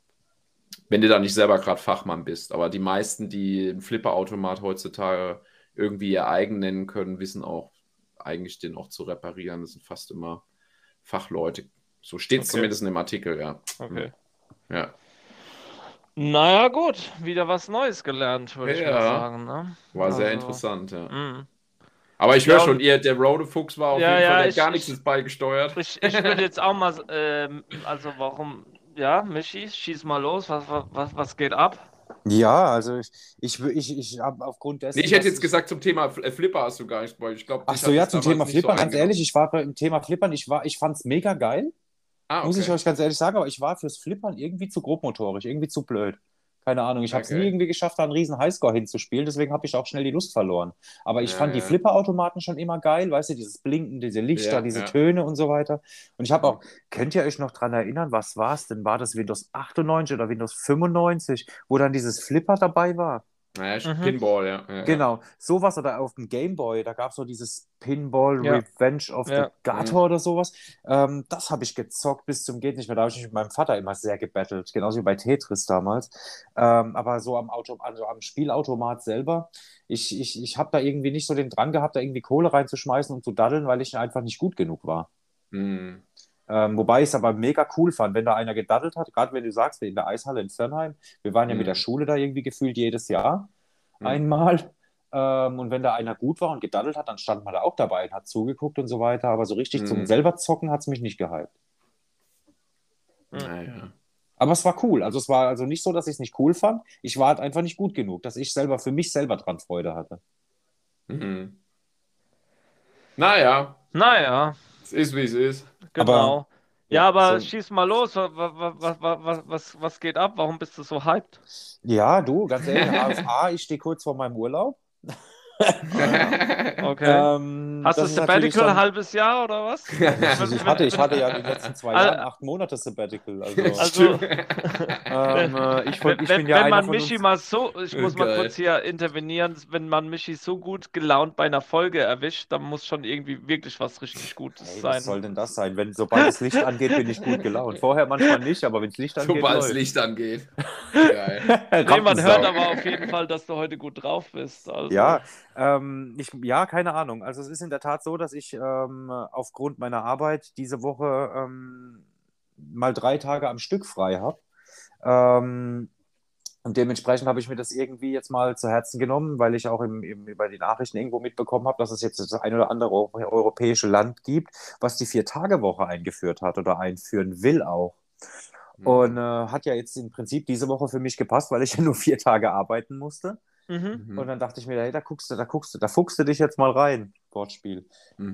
Wenn du da nicht selber gerade Fachmann bist. Aber die meisten, die einen Flipperautomat heutzutage irgendwie ihr eigen nennen können, wissen auch eigentlich den auch zu reparieren. Das sind fast immer Fachleute. So steht es Okay. zumindest in dem Artikel, ja. Okay. Ja. Naja, gut, wieder was Neues gelernt, würde ich mal Ja. sagen, ne? War sehr Also, interessant, ja. mh. Aber ich Ja, höre schon, und- der Rodefuchs war auf Ja, jeden Fall, ja, der hat ich- gar ich- nichts beigesteuert. Ich würde jetzt auch mal, also warum, ja, Michi, schieß mal los, was geht ab? Ja, also ich habe aufgrund dessen, Nee, ich hätte dass jetzt gesagt, zum Thema Flipper hast du gar nicht, weil ich glaube, Ach dich so, hat ja, das zum damals Thema nicht so Flippern, ganz eingenommen. ehrlich, ich war beim Thema Flippern, ich fand es mega geil, muss ich Okay. euch ganz ehrlich sagen, aber ich war fürs Flippern irgendwie zu grobmotorisch, irgendwie zu blöd. Keine Ahnung, ich habe es nie Okay. irgendwie geschafft, da einen riesen Highscore hinzuspielen, deswegen habe ich auch schnell die Lust verloren. Aber ich Ja, fand die ja. Flipperautomaten schon immer geil, weißt du, dieses Blinken, diese Lichter, Ja, diese ja. Töne und so weiter. Und ich habe auch, könnt ihr euch noch dran erinnern, was war es denn? War das Windows 98 oder Windows 95, wo dann dieses Flipper dabei war? Naja, Mhm. Pinball, ja. Genau, sowas oder auf dem Game Boy, da gab es so dieses Pinball Ja. Revenge of Ja. the Gator oder sowas. Das habe ich gezockt bis zum geht nicht mehr. Da habe ich mich mit meinem Vater immer sehr gebettelt, genauso wie bei Tetris damals. Aber so also am Spielautomat selber, ich habe da irgendwie nicht so den Drang gehabt, da irgendwie Kohle reinzuschmeißen und zu daddeln, weil ich einfach nicht gut genug war. Mhm. Wobei ich es aber mega cool fand, wenn da einer gedaddelt hat, gerade wenn du sagst, in der Eishalle in Fernheim, wir waren ja mit der Schule da irgendwie gefühlt jedes Jahr einmal. Und wenn da einer gut war und gedaddelt hat, dann stand man da auch dabei und hat zugeguckt und so weiter. Aber so richtig zum selber zocken hat es mich nicht gehypt. Naja. Aber es war cool. Also es war also nicht so, dass ich es nicht cool fand. Ich war halt einfach nicht gut genug, dass ich selber für mich selber dran Freude hatte. Mhm. Naja, Naja, es ist, wie es ist. genau. Ja, ja, aber so- schieß mal los, was geht ab? Warum bist du so hyped? Ja, du, ganz ehrlich, AFA, ich stehe kurz vor meinem Urlaub. Okay. Hast du Das ist natürlich Sabbatical ein dann, halbes Jahr oder was? ich hatte ja die letzten 2 Al- Jahren 8 Monate Sabbatical. Also, Also, ich bin wenn ja einer man von Michi uns. mal so, ich muss mal Geil. kurz hier intervenieren, wenn man Michi so gut gelaunt bei einer Folge erwischt, dann muss schon irgendwie wirklich was richtig Gutes Hey, sein. was soll denn das sein? Sobald das Licht angeht, bin ich gut gelaunt. Vorher manchmal nicht, aber wenn das Licht angeht, Sobald das läuft. Licht angeht. Geil. Nee, man hört Rampensau. aber auf jeden Fall, dass du heute gut drauf bist. Also. Ja, keine Ahnung. Also es ist in der Tat so, dass ich aufgrund meiner Arbeit diese Woche mal 3 Tage am Stück frei habe. Und dementsprechend habe ich mir das irgendwie jetzt mal zu Herzen genommen, weil ich auch über die Nachrichten irgendwo mitbekommen habe, dass es jetzt das ein oder andere europäische Land gibt, was die 4-Tage-Woche eingeführt hat oder einführen will auch. Und hat ja jetzt im Prinzip diese Woche für mich gepasst, weil ich ja nur 4 Tage arbeiten musste. Mhm. Und dann dachte ich mir, hey, da fuchst du dich jetzt mal rein, Wortspiel.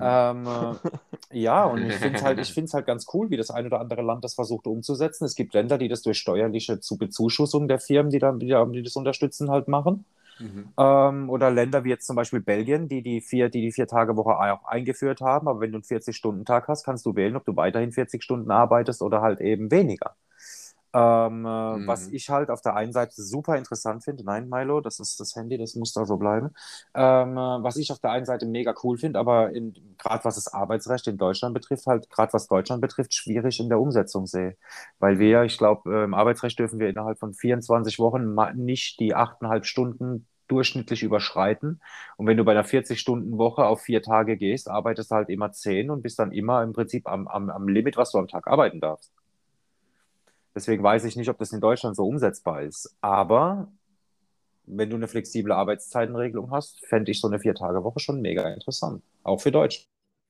Ja, und ich finde es halt ganz cool, wie das ein oder andere Land das versucht umzusetzen. Es gibt Länder, die das durch steuerliche Bezuschussung der Firmen, die das unterstützen, halt machen. Oder Länder wie jetzt zum Beispiel Belgien, die 4-Tage-Woche auch eingeführt haben. Aber wenn du einen 40-Stunden-Tag hast, kannst du wählen, ob du weiterhin 40 Stunden arbeitest oder halt eben weniger. Was ich halt auf der einen Seite super interessant finde, nein, Milo, das ist das Handy, das muss da so bleiben. Was ich auf der einen Seite mega cool finde, aber gerade was das Arbeitsrecht in Deutschland betrifft, halt gerade was Deutschland betrifft, schwierig in der Umsetzung sehe. Weil ich glaube, im Arbeitsrecht dürfen wir innerhalb von 24 Wochen nicht die 8,5 Stunden durchschnittlich überschreiten. Und wenn du bei einer 40-Stunden-Woche auf 4 Tage gehst, arbeitest du halt immer 10 und bist dann immer im Prinzip am Limit, was du am Tag arbeiten darfst. Deswegen weiß ich nicht, ob das in Deutschland so umsetzbar ist. Aber wenn du eine flexible Arbeitszeitenregelung hast, fände ich so eine 4-Tage-Woche schon mega interessant. Auch für Deutsch.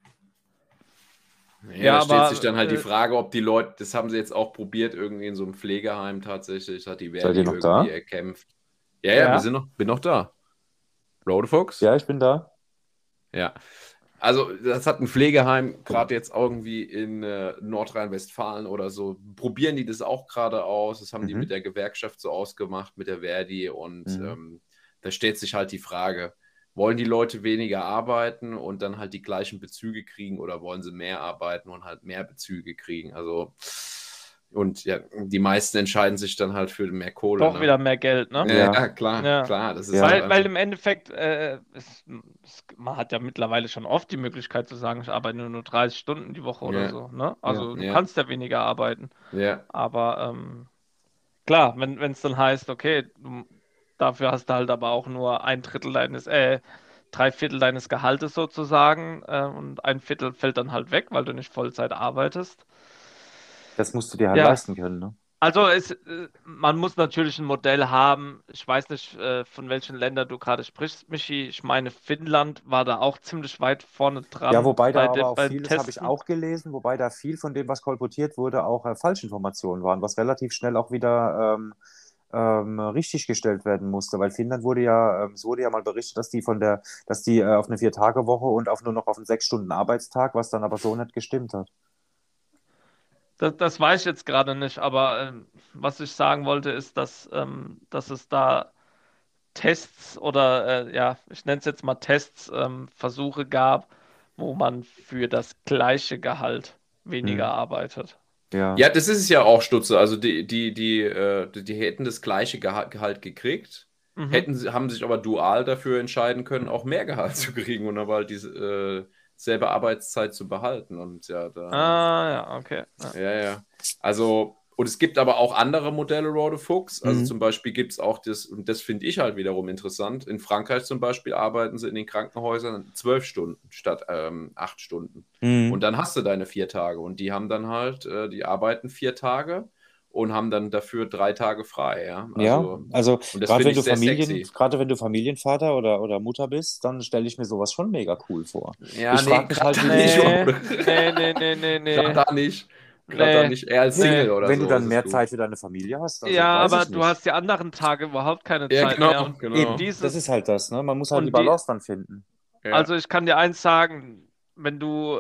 Ja, da stellt aber, sich dann halt die Frage, ob die Leute, das haben sie jetzt auch probiert, irgendwie in so einem Pflegeheim tatsächlich, hat die Seid Verdi ihr noch irgendwie da? erkämpft. Ja, Ja. bin noch da. Rodefox? Ja, ich bin da. Ja. Also, das hat ein Pflegeheim gerade jetzt irgendwie in Nordrhein-Westfalen oder so. Probieren die das auch gerade aus? Das haben die mit der Gewerkschaft so ausgemacht, mit der Verdi. Und da stellt sich halt die Frage, wollen die Leute weniger arbeiten und dann halt die gleichen Bezüge kriegen oder wollen sie mehr arbeiten und halt mehr Bezüge kriegen? Also, und ja, die meisten entscheiden sich dann halt für mehr Kohle. Doch wieder mehr Geld, ne? Ja, klar, Ja. klar. Das ist Ja. halt Weil im Endeffekt, man hat ja mittlerweile schon oft die Möglichkeit zu sagen, ich arbeite nur 30 Stunden die Woche oder Ja. so, ne? Also du Ja. kannst ja weniger arbeiten. Ja. Aber klar, wenn es dann heißt, okay, dafür hast du halt aber auch nur 1/3 deines, 3/4 deines Gehaltes sozusagen und 1/4 fällt dann halt weg, weil du nicht Vollzeit arbeitest. Das musst du dir halt Ja, leisten können, ne? also man muss natürlich ein Modell haben. Ich weiß nicht, von welchen Ländern du gerade sprichst, Michi. Ich meine, Finnland war da auch ziemlich weit vorne Ja, dran wobei da aber auch beim vieles, habe ich Testen. auch gelesen, wobei da viel von dem, was kolportiert wurde, auch Falschinformationen waren, was relativ schnell auch wieder richtig gestellt werden musste, weil Finnland wurde ja, es wurde ja mal berichtet, dass die auf eine 4-Tage-Woche und nur noch auf einen 6-Stunden-Arbeitstag, was dann aber so nicht gestimmt hat. Das weiß ich jetzt gerade nicht, aber was ich sagen wollte, ist, dass es da Tests oder ja, ich nenne es jetzt mal Tests, Versuche gab, wo man für das gleiche Gehalt weniger Hm. arbeitet. Ja. Ja, das ist es ja auch, Stutze. Also die hätten das gleiche Gehalt gekriegt, Mhm. haben sich aber dual dafür entscheiden können, auch mehr Gehalt zu kriegen und aber halt diese selbe Arbeitszeit zu behalten. Und ja, Ah, ja, okay. Ja. ja. Also, und es gibt aber auch andere Modelle, Rode Fuchs. Also Mhm. zum Beispiel gibt es auch das, und das finde ich halt wiederum interessant. In Frankreich zum Beispiel arbeiten sie in den Krankenhäusern 12 Stunden statt 8 Stunden. Und Mhm. dann hast du deine 4 Tage. Und die haben dann halt, die arbeiten 4 Tage und haben dann dafür 3 Tage frei. Ja, Ja, also und das finde ich sehr sexy. gerade wenn du Familienvater oder Mutter bist, dann stelle ich mir sowas schon mega cool vor. Ja, Ich nee, frage mich gerade halt, da wie das nicht, so, Nee, Rode. nee, Gerade da nicht. Gerade da nee, nicht. Eher als nee. Single oder wenn du so dann ist es mehr gut. Zeit für deine Familie hast, also Ja, weiß aber ich du nicht. hast die anderen Tage überhaupt keine Ja, Zeit mehr genau, und genau. Eben, das dieses ist halt das, ne? Man muss halt die und die, Balance dann finden. Ja. also ich kann dir eins sagen, wenn du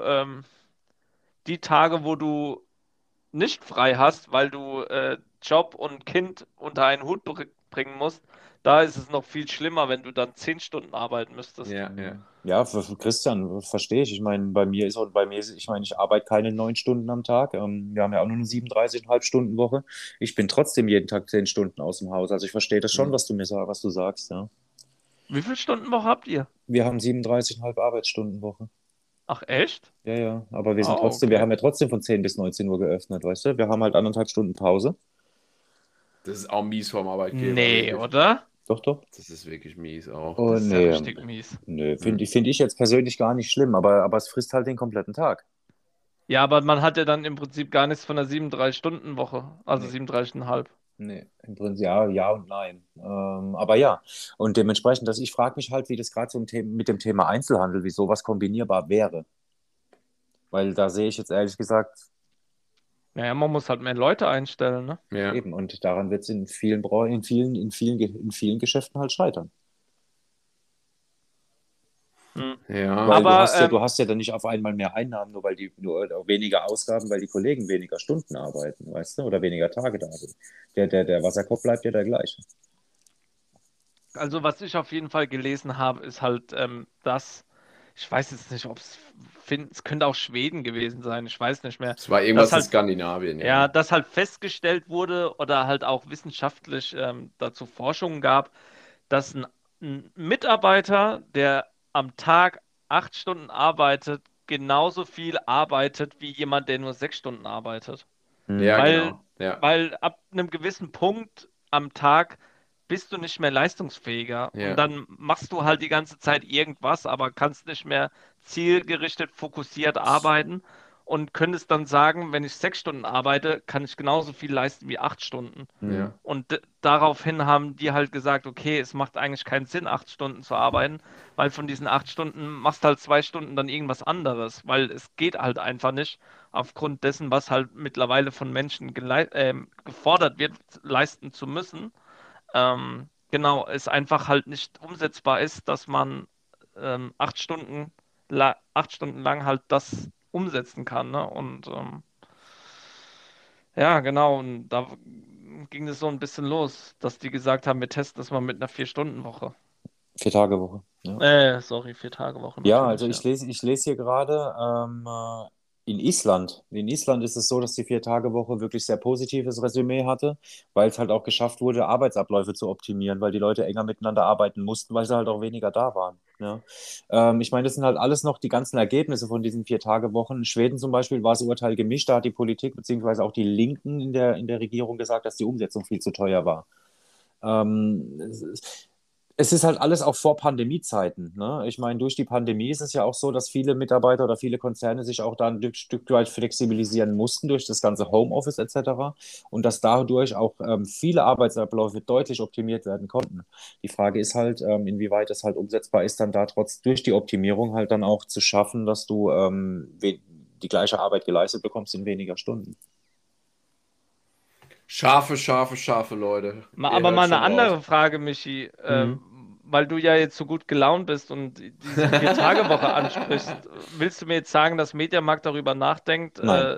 die Tage, wo du nicht frei hast, weil du Job und Kind unter einen Hut bringen musst, da ist es noch viel schlimmer, wenn du dann 10 Stunden arbeiten müsstest. Ja. Ja, für Christian, verstehe ich. Ich meine, ich meine, ich arbeite keine 9 Stunden am Tag. Wir haben ja auch nur eine 37,5 Stunden Woche. Ich bin trotzdem jeden Tag 10 Stunden aus dem Haus. Also ich verstehe das schon, Hm. was du sagst, ja. Wie viel Stundenwoche habt ihr? Wir haben 37,5 Arbeitsstunden Woche. Ach, echt? Ja, ja. Aber Oh, wir okay. haben ja trotzdem von 10 bis 19 Uhr geöffnet, weißt du? Wir haben halt 1,5 Stunden Pause. Das ist auch mies vom Arbeitgeber, Nee, wirklich. oder? Doch, doch. Das ist wirklich mies auch. Oh, Das ist ja nee. richtig mies. Nö, Hm. find ich jetzt persönlich gar nicht schlimm, aber es frisst halt den kompletten Tag. Ja, aber man hat ja dann im Prinzip gar nichts von der 37-Stunden-Woche, also Nee. 37,5. Nee, im Prinzip ja, ja und nein. Aber ja, und dementsprechend, ich frage mich halt, wie das gerade so mit dem Thema Einzelhandel, wie sowas kombinierbar wäre. Weil da sehe ich jetzt ehrlich gesagt Naja, man muss halt mehr Leute einstellen, ne? Ja. eben, und daran wird es in vielen, in vielen Geschäften halt scheitern. Hm. Ja. Weil Aber du hast ja dann nicht auf einmal mehr Einnahmen, nur weniger Ausgaben, weil die Kollegen weniger Stunden arbeiten, weißt du, oder weniger Tage da sind. Der Wasserkopf bleibt ja der gleiche. also was ich auf jeden Fall gelesen habe, ist halt, dass, ich weiß jetzt nicht, ob es könnte auch Schweden gewesen sein, ich weiß nicht mehr, Es war dass irgendwas in halt, Skandinavien, ja, ja. dass halt festgestellt wurde oder halt auch wissenschaftlich dazu Forschungen gab, dass ein Mitarbeiter, der am Tag 8 Stunden arbeitet, genauso viel arbeitet wie jemand, der nur 6 Stunden arbeitet. Ja, Mhm. Weil, genau. Ja. weil ab einem gewissen Punkt am Tag bist du nicht mehr leistungsfähiger und Ja. dann machst du halt die ganze Zeit irgendwas, aber kannst nicht mehr zielgerichtet, fokussiert arbeiten und könntest dann sagen, wenn ich 6 Stunden arbeite, kann ich genauso viel leisten wie 8 Stunden. Mhm. Ja. Und daraufhin haben die halt gesagt, okay, es macht eigentlich keinen Sinn, 8 Stunden zu arbeiten, weil von diesen 8 Stunden machst halt 2 Stunden dann irgendwas anderes, weil es geht halt einfach nicht, aufgrund dessen, was halt mittlerweile von Menschen gefordert wird, leisten zu müssen. Genau, es einfach halt nicht umsetzbar ist, dass man 8 Stunden lang halt das umsetzen kann, ne? Und ja, genau, und da ging es so ein bisschen los, dass die gesagt haben, wir testen das mal mit einer 4-Stunden-Woche. 4-Tage-Woche. Ja. Sorry, 4-Tage-Woche Ja, also natürlich, ja. ich lese hier gerade, in Island. In Island ist es so, dass die 4-Tage-Woche wirklich sehr positives Resümee hatte, weil es halt auch geschafft wurde, Arbeitsabläufe zu optimieren, weil die Leute enger miteinander arbeiten mussten, weil sie halt auch weniger da waren. Ja. Ich meine, das sind halt alles noch die ganzen Ergebnisse von diesen 4-Tage-Wochen. In Schweden zum Beispiel war das Urteil gemischt, da hat die Politik beziehungsweise auch die Linken in der Regierung gesagt, dass die Umsetzung viel zu teuer war. Ähm, Es ist halt alles auch vor Pandemiezeiten, ne? Ich meine, durch die Pandemie ist es ja auch so, dass viele Mitarbeiter oder viele Konzerne sich auch da ein Stück weit flexibilisieren mussten durch das ganze Homeoffice etc. Und dass dadurch auch viele Arbeitsabläufe deutlich optimiert werden konnten. Die Frage ist halt, inwieweit es halt umsetzbar ist, dann da trotz durch die Optimierung halt dann auch zu schaffen, dass du die gleiche Arbeit geleistet bekommst in weniger Stunden. Scharfe Leute. Ihr Aber hört mal eine schon raus. andere Frage, Michi, Mhm. weil du ja jetzt so gut gelaunt bist und diese 4-Tage-Woche ansprichst. Willst du mir jetzt sagen, dass Mediamarkt darüber nachdenkt? Nein.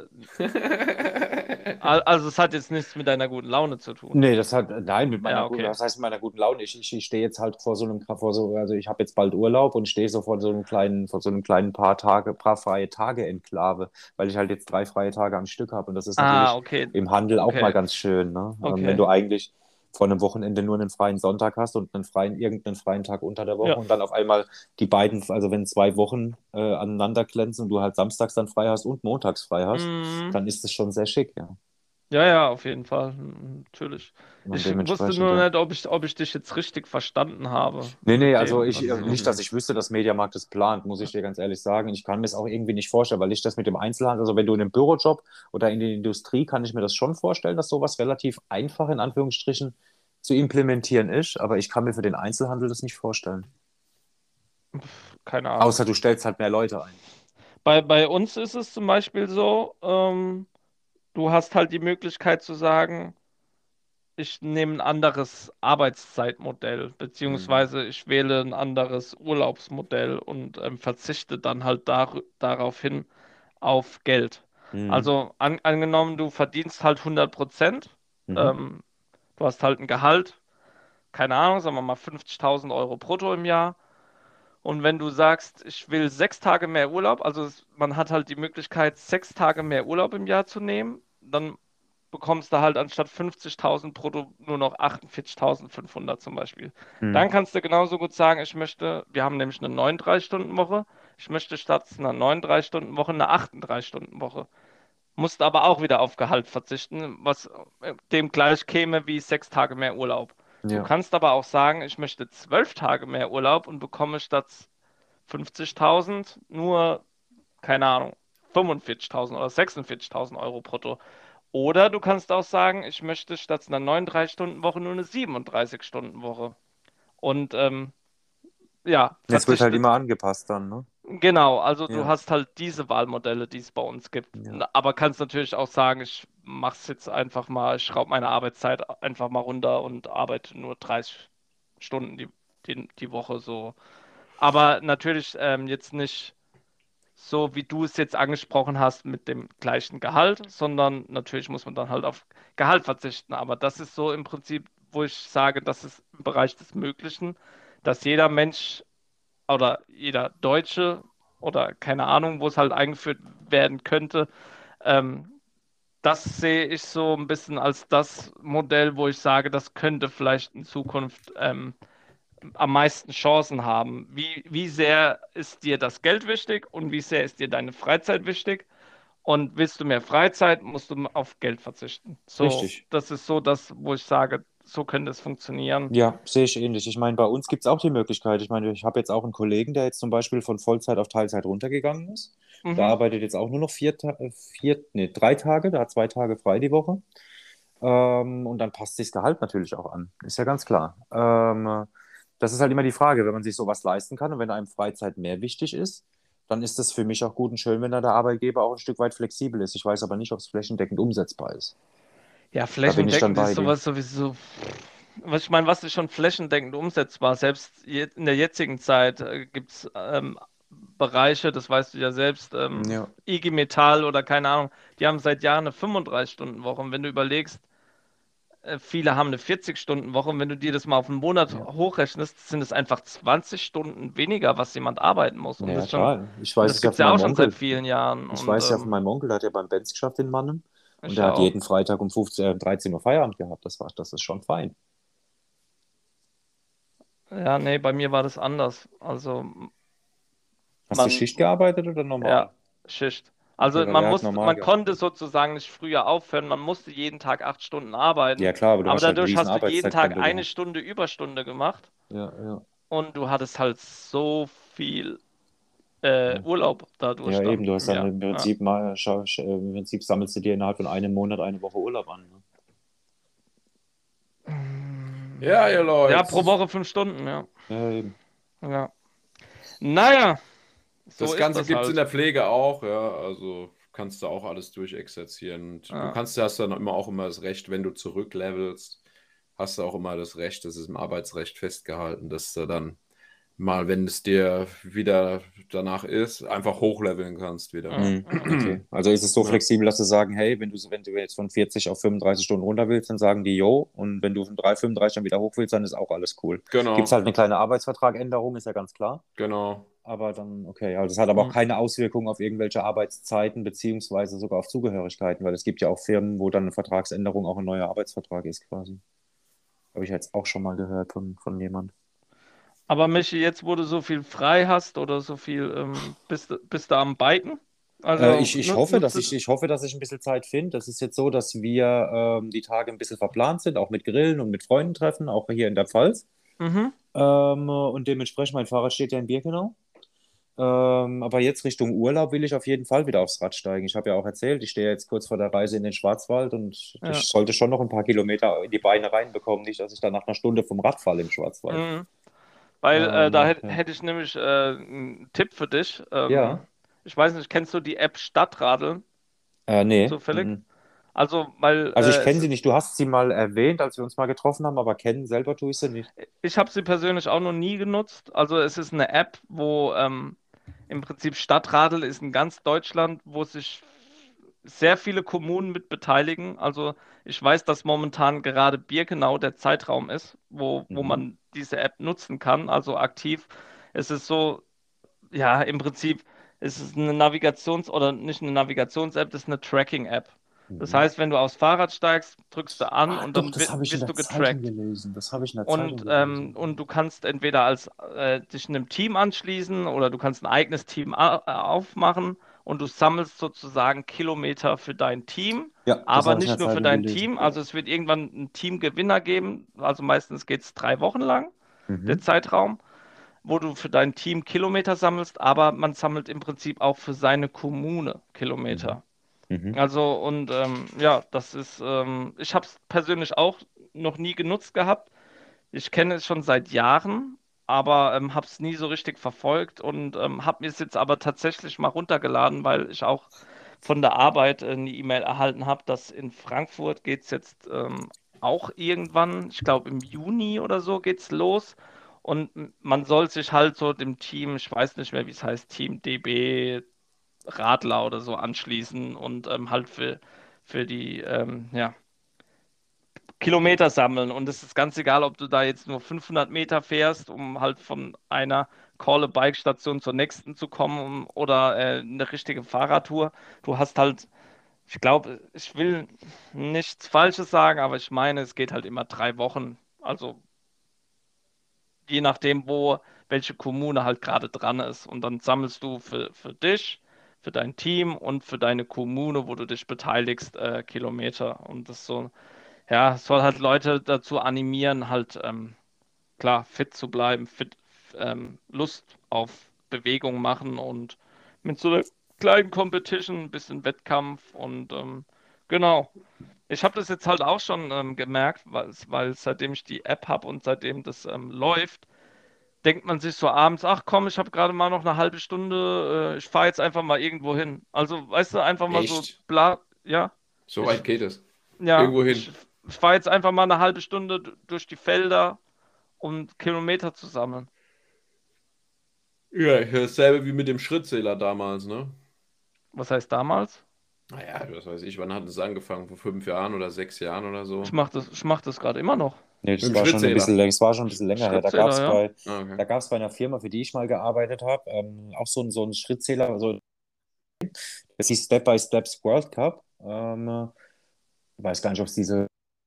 Also es hat jetzt nichts mit deiner guten Laune zu tun. Nee, nein, mit meiner Ja, guten, okay. was heißt mit meiner guten Laune? Ich stehe jetzt halt also ich habe jetzt bald Urlaub und stehe so vor so einem kleinen paar freie Tage-Enklave, weil ich halt jetzt 3 freie Tage am Stück habe und das ist Ah, natürlich okay. im Handel auch mal Okay. ganz schön, ne? Wenn Okay. du eigentlich vor einem Wochenende nur einen freien Sonntag hast und irgendeinen freien Tag unter der Woche Ja. und dann auf einmal die beiden, also wenn 2 Wochen aneinander glänzen und du halt samstags dann frei hast und montags frei hast, Mhm. dann ist das schon sehr schick, ja. Ja, ja, auf jeden Fall. Natürlich. Und Ich wusste dementsprechend, nur ja. nicht, ob ich dich jetzt richtig verstanden habe Nee, mit also dem, was du. nicht, dass ich wüsste, dass Mediamarkt das plant, muss ich dir ganz ehrlich sagen. Ich kann mir es auch irgendwie nicht vorstellen, weil ich das mit dem Einzelhandel, also wenn du in einem Bürojob oder in der Industrie, kann ich mir das schon vorstellen, dass sowas relativ einfach in Anführungsstrichen zu implementieren ist, aber ich kann mir für den Einzelhandel das nicht vorstellen. Keine Ahnung. Außer du stellst halt mehr Leute ein. Bei uns ist es zum Beispiel so, du hast halt die Möglichkeit zu sagen, ich nehme ein anderes Arbeitszeitmodell, Mhm. beziehungsweise ich wähle ein anderes Urlaubsmodell und verzichte dann halt daraufhin auf Geld. Mhm. Also angenommen, du verdienst halt 100%, Mhm. ähm, du hast halt ein Gehalt, keine Ahnung, sagen wir mal 50.000 Euro brutto im Jahr. Und wenn du sagst, ich will 6 Tage mehr Urlaub, also man hat halt die Möglichkeit, 6 Tage mehr Urlaub im Jahr zu nehmen, dann bekommst du halt anstatt 50.000 brutto nur noch 48.500 zum Beispiel. Mhm. Dann kannst du genauso gut sagen, wir haben nämlich eine 39-Stunden-Woche, ich möchte statt einer 39-Stunden-Woche eine 38-Stunden-Woche. Musst aber auch wieder auf Gehalt verzichten, was dem gleich käme wie 6 Tage mehr Urlaub. Du Ja. kannst aber auch sagen, ich möchte 12 Tage mehr Urlaub und bekomme statt 50.000 nur, keine Ahnung, 45.000 oder 46.000 Euro brutto. Oder du kannst auch sagen, ich möchte statt einer 39-Stunden-Woche nur eine 37-Stunden-Woche. Und ja, Es wird halt verzichtet. immer angepasst dann, ne? Genau, also du Ja. hast halt diese Wahlmodelle, die es bei uns gibt. Ja. Aber kannst natürlich auch sagen, ich mache es jetzt einfach mal, ich schraube meine Arbeitszeit einfach mal runter und arbeite nur 30 Stunden die Woche so. Aber natürlich jetzt nicht so, wie du es jetzt angesprochen hast mit dem gleichen Gehalt, sondern natürlich muss man dann halt auf Gehalt verzichten. Aber das ist so im Prinzip, wo ich sage, das ist im Bereich des Möglichen, dass jeder Mensch oder jeder Deutsche oder keine Ahnung, wo es halt eingeführt werden könnte, ähm, das sehe ich so ein bisschen als das Modell, wo ich sage, das könnte vielleicht in Zukunft am meisten Chancen haben. Wie sehr ist dir das Geld wichtig und wie sehr ist dir deine Freizeit wichtig? Und willst du mehr Freizeit, musst du auf Geld verzichten. So, Richtig. das ist so das, wo ich sage, so könnte es funktionieren. Ja, sehe ich ähnlich. Ich meine, bei uns gibt es auch die Möglichkeit. Ich meine, ich habe jetzt auch einen Kollegen, der jetzt zum Beispiel von Vollzeit auf Teilzeit runtergegangen ist. Der Mhm. arbeitet jetzt auch nur noch 3 Tage, der hat 2 Tage frei die Woche. Und dann passt sich das Gehalt natürlich auch an. Ist ja ganz klar. Das ist halt immer die Frage, wenn man sich sowas leisten kann und wenn einem Freizeit mehr wichtig ist, dann ist das für mich auch gut und schön, wenn da der Arbeitgeber auch ein Stück weit flexibel ist. Ich weiß aber nicht, ob es flächendeckend umsetzbar ist. Ja, Da bin ich dann flächendeckend ist bei dir. sowas sowieso. Was ich meine, was ist schon flächendeckend umsetzbar? Selbst in der jetzigen Zeit gibt es Bereiche, das weißt du ja selbst, Ja. IG Metall oder keine Ahnung, die haben seit Jahren eine 35-Stunden-Woche. Und wenn du überlegst, viele haben eine 40-Stunden-Woche und wenn du dir das mal auf einen Monat Ja. hochrechnest, sind es einfach 20 Stunden weniger, was jemand arbeiten muss. Und Ja, klar. das gibt es ja auch schon seit vielen Jahren. Ich Und weiß ja von meinem Onkel, der hat ja beim Benz geschafft in Mannheim und ich der ja hat auch. jeden Freitag um 13 Uhr Feierabend gehabt. Das ist schon fein. Ja, nee, bei mir war das anders. Also Hast du man, Schicht gearbeitet oder ja, normal? Schicht. Okay, Also weil er hat normal man gehabt. konnte sozusagen nicht früher aufhören, man musste jeden Tag 8 Stunden arbeiten, Ja klar, aber du aber hast halt ein dadurch riesen hast du jeden Tag Arbeitszeitpensel eine gehabt. Stunde Überstunde gemacht ja. und du hattest halt so viel Ja. Urlaub dadurch Ja, eben, dann du hast im dann Jahr. im Ja. Prinzip im Prinzip sammelst du dir innerhalb von einem Monat eine Woche Urlaub an. Ne? Ja, ihr Ja, Leute. pro Woche 5 Stunden, ja. Ja, eben. Ja. Naja, so Das ist Ganze das gibt es in halt. der Pflege auch, ja. Also kannst du auch alles durchexerzieren. Und Ja. hast dann auch immer das Recht, wenn du zurücklevelst, hast du auch immer das Recht, das ist im Arbeitsrecht festgehalten, dass du dann mal, wenn es dir wieder danach ist, einfach hochleveln kannst wieder. Ja. Mhm. Ja. Okay. Also ist es so Ja, flexibel, dass sie sagen, hey, wenn du jetzt von 40 auf 35 Stunden runter willst, dann sagen die, jo, und wenn du von 35 dann wieder hoch willst, dann ist auch alles cool. Gibt es genau, halt eine kleine Arbeitsvertragänderung, ist ja ganz klar. genau. Aber dann, okay, ja, das hat aber auch Hm. keine Auswirkungen auf irgendwelche Arbeitszeiten beziehungsweise sogar auf Zugehörigkeiten, weil es gibt ja auch Firmen, wo dann eine Vertragsänderung auch ein neuer Arbeitsvertrag ist quasi. Habe ich jetzt auch schon mal gehört von jemandem. Aber Michi, jetzt wo du so viel frei hast oder so viel, bist du am Biken? Also Ich hoffe, nutzt du. ich hoffe, dass ich ein bisschen Zeit finde. Das ist jetzt so, dass wir die Tage ein bisschen verplant sind, auch mit Grillen und mit Freunden treffen, auch hier in der Pfalz. Mhm. Und dementsprechend, mein Fahrrad steht ja in Birkenau. Aber jetzt Richtung Urlaub will ich auf jeden Fall wieder aufs Rad steigen. Ich habe ja auch erzählt, ich stehe jetzt kurz vor der Reise in den Schwarzwald und Ja. ich sollte schon noch ein paar Kilometer in die Beine reinbekommen, nicht, dass ich dann nach einer Stunde vom Rad falle im Schwarzwald. Mhm. Weil da Ja. hätte ich nämlich einen Tipp für dich. Ja. Ich weiß nicht, kennst du die App Stadtradeln Nee. zufällig? Mhm. Also, weil Also ich kenne sie nicht. Du hast sie mal erwähnt, als wir uns mal getroffen haben, aber kennen selber tue ich sie nicht. ich habe sie persönlich auch noch nie genutzt. Also es ist eine App, wo im Prinzip Stadtradl ist in ganz Deutschland, wo sich sehr viele Kommunen mit beteiligen. Also ich weiß, dass momentan gerade Birkenau der Zeitraum ist, wo Mhm. man diese App nutzen kann, also aktiv. Es ist so, ja, im Prinzip ist es eine oder nicht eine Navigations-App, das ist eine Tracking-App. Das Mhm. heißt, wenn du aufs Fahrrad steigst, drückst du an Ah, und doch, dann das habe ich in wirst der du Zeitung getrackt. gelesen. Das habe ich in der Zeitung Und gelesen. du kannst entweder dich einem Team anschließen oder du kannst ein eigenes Team aufmachen und du sammelst sozusagen Kilometer für dein Team, Ja, das aber habe ich in der nicht nur für Zeitung dein gelesen. Team. Also es wird irgendwann einen Teamgewinner geben. Also meistens geht es 3 Wochen lang, der Mhm. Zeitraum, wo du für dein Team Kilometer sammelst, aber man sammelt im Prinzip auch für seine Kommune Mhm. Kilometer. Mhm. Also und ja, ich habe es persönlich auch noch nie genutzt gehabt. Ich kenne es schon seit Jahren, aber habe es nie so richtig verfolgt und habe mir es jetzt aber tatsächlich mal runtergeladen, weil ich auch von der Arbeit eine E-Mail erhalten habe, dass in Frankfurt geht es jetzt auch irgendwann, ich glaube im Juni oder so geht's los. Und man soll sich halt so dem Team, ich weiß nicht mehr, wie es heißt, Team DB Radler oder so anschließen und halt für die ja, Kilometer sammeln. Und es ist ganz egal, ob du da jetzt nur 500 Meter fährst, um halt von einer Call-a-Bike-Station zur nächsten zu kommen oder eine richtige Fahrradtour. Du hast halt, ich glaube, ich will nichts Falsches sagen, aber ich meine, es geht halt immer 3 Wochen. Also je nachdem, welche Kommune halt gerade dran ist. Und dann sammelst du für dich, für dein Team und für deine Kommune, wo du dich beteiligst, Kilometer. Und das so, ja, soll halt Leute dazu animieren, halt klar fit zu bleiben, Lust auf Bewegung machen und mit so einer kleinen Competition, ein bisschen Wettkampf und genau. Ich habe das jetzt halt auch schon gemerkt, weil seitdem ich die App habe und seitdem das läuft, denkt man sich so abends, ach komm, ich habe gerade mal noch eine halbe Stunde, ich fahre jetzt einfach mal irgendwo hin. Also, weißt du, einfach mal so Echt? bla, ja, So weit ich, geht es. ja, Irgendwo hin. ich fahre jetzt einfach mal eine halbe Stunde durch die Felder, um Kilometer zu sammeln. Ja, dasselbe wie mit dem Schrittzähler damals, ne? Was heißt damals? Naja, was weiß ich, wann hat es angefangen? Vor 5 Jahren oder 6 Jahren oder so? Ich mach das gerade immer noch. Nee, Mit dem Schrittzähler. das war schon ein bisschen länger her. Schrittzähler, ja. Ah, okay. Da gab es bei einer Firma, für die ich mal gearbeitet habe, auch so einen Schrittzähler, also das hieß Step by Steps World Cup. Ich weiß gar nicht, ob es diese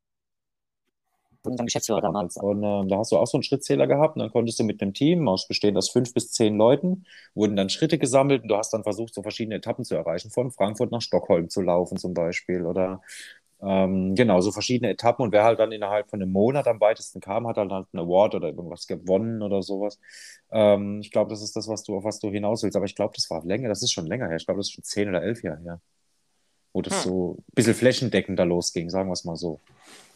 unser Geschäftsführer damals. Und da hast du auch so einen Schrittzähler gehabt und dann konntest du mit einem Team aus bestehend aus 5 bis 10 Leuten, wurden dann Schritte gesammelt und du hast dann versucht, so verschiedene Etappen zu erreichen, von Frankfurt nach Stockholm zu laufen zum Beispiel oder Genau, so verschiedene Etappen und wer halt dann innerhalb von einem Monat am weitesten kam, hat halt einen Award oder irgendwas gewonnen oder sowas. Ich glaube, das ist das, auf was du hinaus willst, aber ich glaube, das war länger, das ist schon länger her. Ich glaube, das ist schon 10 oder 11 Jahre her, wo das Hm. so ein bisschen flächendeckender losging, sagen wir es mal so.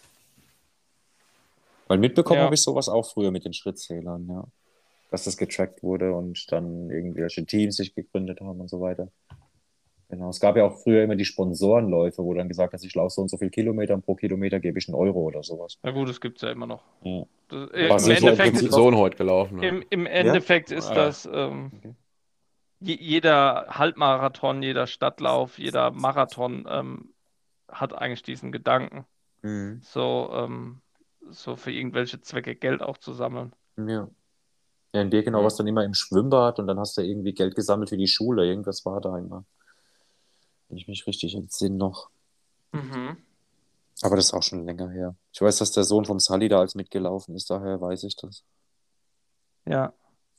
Weil mitbekommen Ja. habe ich sowas auch früher mit den Schrittzählern, ja. Dass das getrackt wurde und dann irgendwelche Teams sich gegründet haben und so weiter. Genau. Es gab ja auch früher immer die Sponsorenläufe, wo dann gesagt hast, ich laufe so und so viel Kilometer und pro Kilometer gebe ich einen Euro oder sowas. Na gut, das gibt es ja immer noch. Ja. Das, Aber es im ist ja im Endeffekt, Prinzip Sohn heute gelaufen. Ja. im Endeffekt ist Ja. das Okay. jeder Halbmarathon, jeder Stadtlauf, jeder Marathon hat eigentlich diesen Gedanken, Mhm. so für irgendwelche Zwecke Geld auch zu sammeln. Ja. Ja, in Birkenau warst du dann immer im Schwimmbad und dann hast du irgendwie Geld gesammelt für die Schule. Irgendwas war da immer. Wenn ich mich richtig entsinne noch. Mhm. Aber das ist auch schon länger her. Ich weiß, dass der Sohn vom Sully da als mitgelaufen ist, daher weiß ich das. Ja.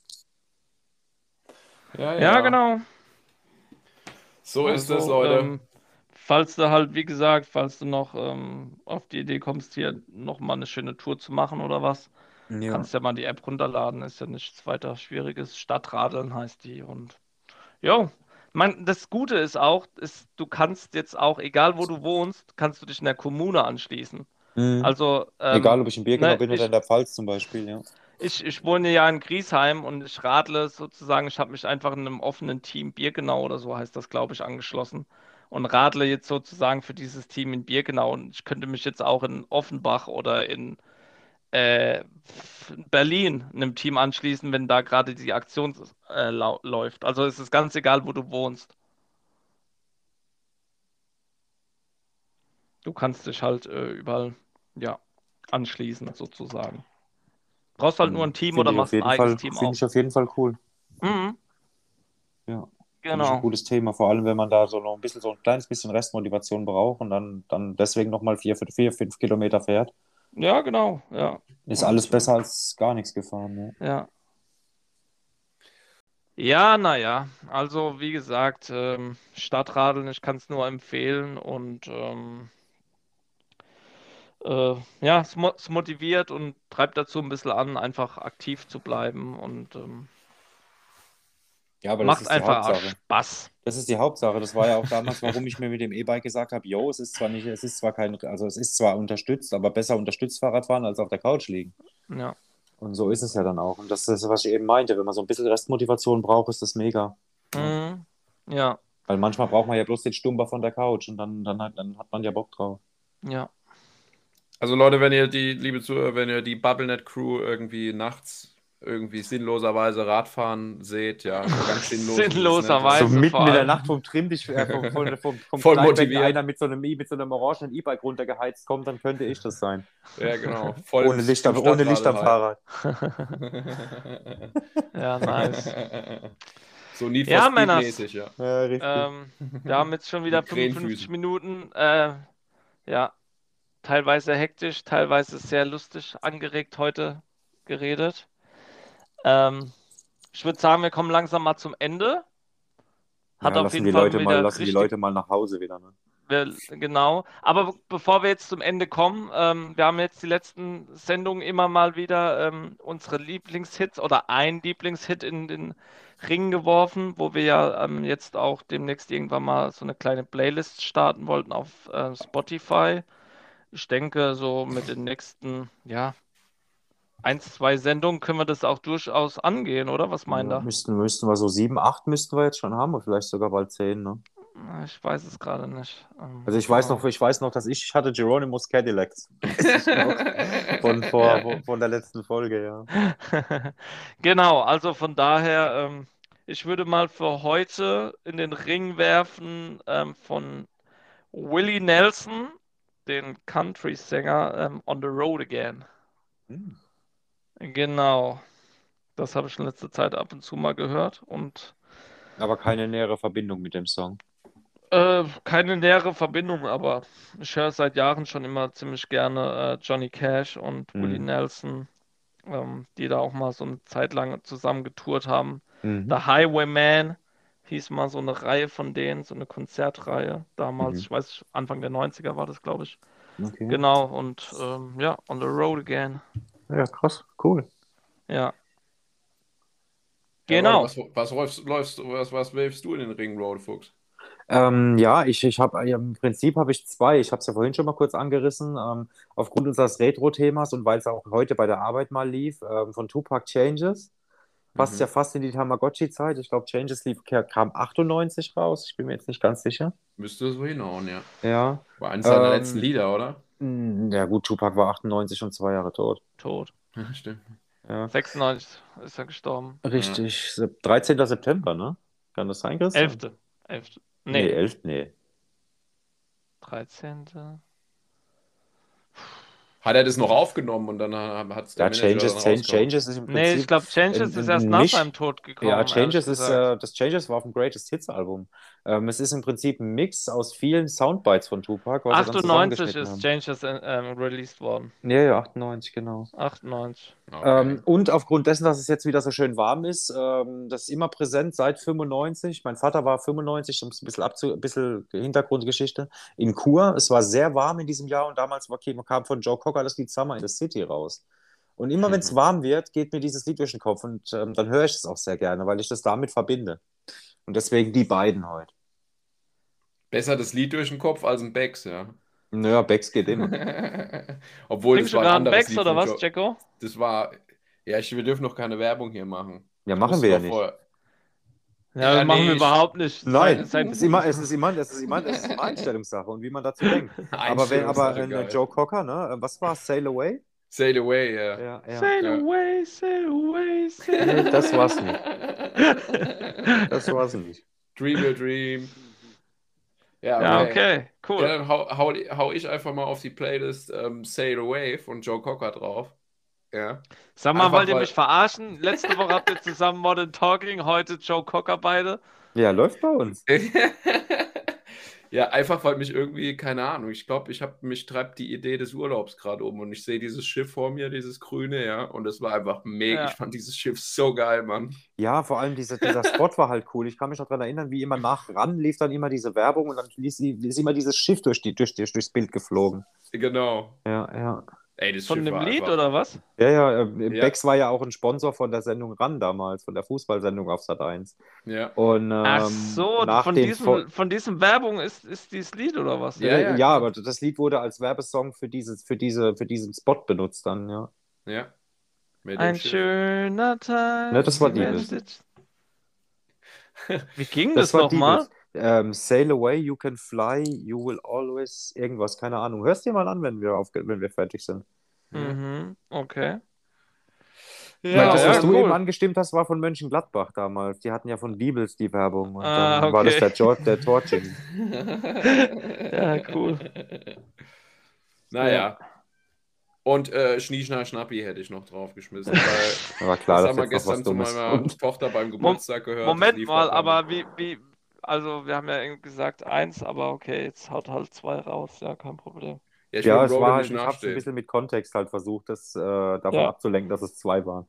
Ja, Ja, genau. So ist es, Also, Leute. falls du halt, wie gesagt, falls du noch auf die Idee kommst, hier nochmal eine schöne Tour zu machen oder was, Ja. kannst ja mal die App runterladen, ist ja nichts weiter Schwieriges. Stadtradeln heißt die und jo. Das Gute ist auch, du kannst jetzt auch, egal wo du wohnst, kannst du dich in der Kommune anschließen. Mhm. Also, Egal, ob ich in Birkenau ne, bin oder in der Pfalz zum Beispiel, ja. ich wohne ja in Griesheim und ich radle sozusagen, ich habe mich einfach in einem offenen Team Birkenau oder so heißt das, glaube ich, angeschlossen und radle jetzt sozusagen für dieses Team in Birkenau und ich könnte mich jetzt auch in Offenbach oder in äh, Berlin einem Team anschließen, wenn da gerade die Aktion läuft. Also es ist ganz egal, wo du wohnst. Du kannst dich halt überall, ja, anschließen sozusagen. Brauchst halt nur ein Team oder Finde ich auf machst ein jeden eigenes Fall, Team finde auf. ich auf jeden Fall cool. Mhm, Ja. Finde ich ein genau. cooles Thema, vor allem wenn man da so noch ein bisschen, so ein kleines bisschen Restmotivation braucht und dann deswegen nochmal 5 Kilometer fährt. Ja, genau, ja. Ist alles Und besser als gar nichts gefahren, ja. ja. Ja, naja, also wie gesagt, Stadtradeln, ich kann es nur empfehlen und ja, es motiviert und treibt dazu ein bisschen an, einfach aktiv zu bleiben und Ja, aber das macht ist die einfach Hauptsache. Spaß. Das ist die Hauptsache. Das war ja auch damals, warum ich mir mit dem E-Bike gesagt habe, yo, es ist zwar kein, also es ist zwar unterstützt, aber besser unterstützt Fahrradfahren als auf der Couch liegen. Ja. Und so ist es ja dann auch. Und das ist, was ich eben meinte, wenn man so ein bisschen Restmotivation braucht, ist das mega. Ja. Mhm. Ja, Weil manchmal braucht man ja bloß den Stumper von der Couch und dann hat man ja Bock drauf. ja. Also Leute, wenn ihr liebe Zuhörer, wenn ihr die BubbleNet Crew irgendwie nachts irgendwie sinnloserweise Radfahren seht, ja, so ganz sinnlos ist es nicht. Sinnloserweise. So mitten vor in der allem. Nacht vom Trimdich, vom Voll Kleinbecken motiviert. einer mit so einem orangenen E-Bike runtergeheizt kommt, dann könnte ich das sein. Ja, genau. Voll Ohne Licht am Fahrrad. Ja, nice. So Need for Ja, Speed Männers. mäßig, ja. Ja, richtig. Wir haben jetzt schon wieder Mit 55 Krähenfüßen. Minuten. Ja, teilweise hektisch, teilweise sehr lustig, angeregt heute geredet. Ich würde sagen, wir kommen langsam mal zum Ende. Hat Ja, auf jeden Fall wieder lassen die richtig, Leute mal nach Hause wieder. Ne? genau. Aber bevor wir jetzt zum Ende kommen, wir haben jetzt die letzten Sendungen immer mal wieder unsere Lieblingshits oder ein Lieblingshit in den Ring geworfen, wo wir ja jetzt auch demnächst irgendwann mal so eine kleine Playlist starten wollten auf Spotify. Ich denke, so mit den nächsten, ja, 1, 2 Sendungen können wir das auch durchaus angehen, oder? Was meint Ja, ihr? müssten wir so 7, 8 müssten wir jetzt schon haben, oder vielleicht sogar bald 10, ne? Ich weiß es gerade nicht. Also ich Genau. weiß noch, dass ich hatte Geronimo's Cadillacs. Weiß ich noch. Von der letzten Folge, ja. Genau, also von daher, ich würde mal für heute in den Ring werfen von Willie Nelson, den Country-Sänger, On the Road Again. Hm. Genau, das habe ich in letzter Zeit ab und zu mal gehört und Aber keine nähere Verbindung mit dem Song. keine nähere Verbindung, aber ich höre seit Jahren schon immer ziemlich gerne Johnny Cash und Willie Mhm. Nelson, die da auch mal so eine Zeit lang zusammen getourt haben. Mhm. The Highwayman hieß mal so eine Reihe von denen, so eine Konzertreihe damals. Mhm. Ich weiß, Anfang der 90er war das, glaube ich. Okay. Genau, und ja, On the Road Again. Ja, krass, cool. Ja, Ja, Leute, genau. was wirfst du in den Ring, Road Fuchs? Ja, ich habe im Prinzip habe ich zwei. Ich habe es ja vorhin schon mal kurz angerissen, aufgrund unseres Retro-Themas und weil es auch heute bei der Arbeit mal lief, von Tupac Changes. Passt ja Mhm. fast in die Tamagotchi-Zeit. Ich glaube, Changes kam 98 raus. Ich bin mir jetzt nicht ganz sicher. Müsste so hinhauen, ja. Ja. War eines seiner letzten Ähm, Lieder, oder? ja gut, Tupac war 98 schon 2 Jahre tot. Tot. Ja, stimmt. Ja. 96 ist er gestorben. Richtig. 13. September, ne? Kann das sein, Christian? 11. 11. Nee, Nee, 11. Nee. 13. Hat er das noch aufgenommen und dann hat es der Ja, Manager dann rausgehauen? Changes ist im Nee, ich Prinzip glaube, Changes ist erst ein nach Misch. seinem Tod Ja, gekommen, ehrlich Changes gesagt. das Changes war auf dem Greatest Hits Album. Es ist im Prinzip ein Mix aus vielen Soundbites von Tupac, was sie dann 98 zusammengeschnitten ist haben. Changes released worden. Ja, 98, genau. 98. Okay. Und aufgrund dessen, dass es jetzt wieder so schön warm ist, das ist immer präsent seit 95. Mein Vater war 95, um es ein bisschen Hintergrundgeschichte, in Chur. Es war sehr warm in diesem Jahr und damals kam von Joe Cocker das Lied Summer in the City raus. Und immer wenn es warm wird, geht mir dieses Lied durch den Kopf und dann höre ich es auch sehr gerne, weil ich das damit verbinde. Und deswegen die beiden heute. Besser das Lied durch den Kopf als ein Becks, ja. Naja, Becks geht immer. Obwohl, Trinkst das du war ein gerade einen anderes Becks Lied oder von was, Joe. Jacko? Das war, ja, wir dürfen noch keine Werbung hier machen. Ja, Ich machen musste wir ja doch nicht. vorher. Ja, Ja, machen nee, wir überhaupt nicht. Nein, Sein es ist immer Einstellungssache und wie man dazu denkt. Aber Einstellungssache, geil. Joe Cocker, ne? Was war Sail Away? Sail Away, ja. Ja. Sail Ja. away, sail away, sail Nee, away. das war's nicht. Das war's nicht. Dream Your Dream. Ja, Ja, okay. okay, Ja, cool. dann hau ich einfach mal auf die Playlist Sail Away von Joe Cocker drauf. Ja. Sag mal, Einfach wollt ihr weil- mich verarschen? Letzte Woche habt ihr zusammen Modern Talking, heute Joe Cocker beide. Ja, läuft bei uns. Ja, einfach weil mich irgendwie, keine Ahnung, ich glaube, mich treibt die Idee des Urlaubs gerade um und ich sehe dieses Schiff vor mir, dieses grüne, ja, und es war einfach mega. Ja. Ich fand dieses Schiff so geil, Mann. Ja, vor allem dieser Spot war halt cool. Ich kann mich noch daran erinnern, wie immer ran lief dann immer diese Werbung und dann ist immer dieses Schiff durchs Bild geflogen. Genau. Ja. Ey, das Von Schiff dem war Lied einfach. oder was? Ja. Ja. Becks war ja auch ein Sponsor von der Sendung Ran damals, von der Fußballsendung auf Sat.1. Ja. Und Ach so, nach von den diesem Werbung ist dieses Lied oder was? Ja, ja, klar. aber das Lied wurde als Werbesong für diesen Spot benutzt dann, ja. Ja. Mit dem Ein Schiff. schöner Tag. Ne, das war die Liebes. Welt- Wie ging Das das war nochmal? Sail away, you can fly, you will always irgendwas, keine Ahnung. Hörst dir mal an, wenn wir fertig sind. Mhm, okay. Weil Ja, das, ja, was du cool. eben angestimmt hast, war von Mönchengladbach damals. Die hatten ja von Diebels die Werbung und Ah, dann war das okay. der Torjingle. Ja, cool. Naja. Und Schnie, Schnappi hätte ich noch draufgeschmissen, weil War klar, das dass haben wir jetzt noch was gestern zu Dummes meiner kommt. Tochter beim Geburtstag gehört. das Moment lief mal, doch aber also wir haben ja irgendwie gesagt 1, aber okay, jetzt haut halt 2 raus, ja, kein Problem. Ja, ich Ja, will es Road war nicht halt, ich habe es ein nachstehen. bisschen mit Kontext halt versucht, das davon Ja. abzulenken, dass es 2 waren.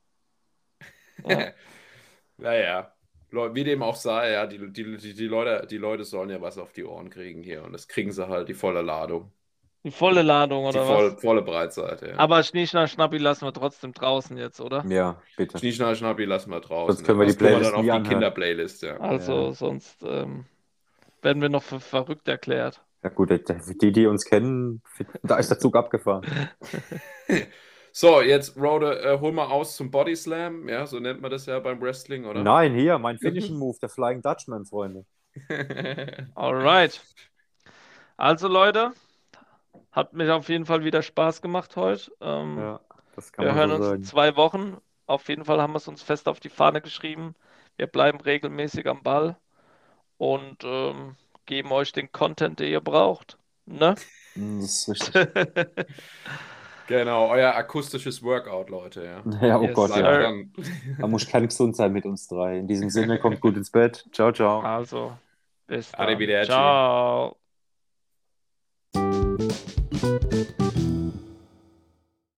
Ja. Naja, wie dem auch sei, ja, die Leute sollen ja was auf die Ohren kriegen hier und das kriegen sie halt, die volle Ladung. Die volle Ladung Die oder was? volle Breitseite, ja. Aber Schnappi lassen wir trotzdem draußen jetzt, oder? Ja, bitte. Schnie, Schnappi lassen wir draußen. Sonst können wir Das die tun Playlist dann auf nie die anhören. Kinderplaylist, ja. Also sonst werden wir noch für verrückt erklärt. Ja gut, die uns kennen, da ist der Zug abgefahren. So, jetzt, Rode, hol mal aus zum Body Slam, ja, so nennt man das ja beim Wrestling, oder? Nein, hier, mein Finishing Move, der Flying Dutchman, Freunde. Alright. Also Leute, hat mir auf jeden Fall wieder Spaß gemacht heute. Ja, das kann Wir man hören so uns in sagen. 2 Wochen. Auf jeden Fall haben wir es uns fest auf die Fahne geschrieben. Wir bleiben regelmäßig am Ball und geben euch den Content, den ihr braucht. Ne? Das ist richtig. Genau, euer akustisches Workout, Leute, ja. Ja, oh Yes, Gott, Bleibt sir. ja. dran. Da muss kein gesund sein mit uns 3. In diesem Sinne, kommt gut ins Bett. Ciao, ciao. Also, bis dann. Arrivederci. Ciao.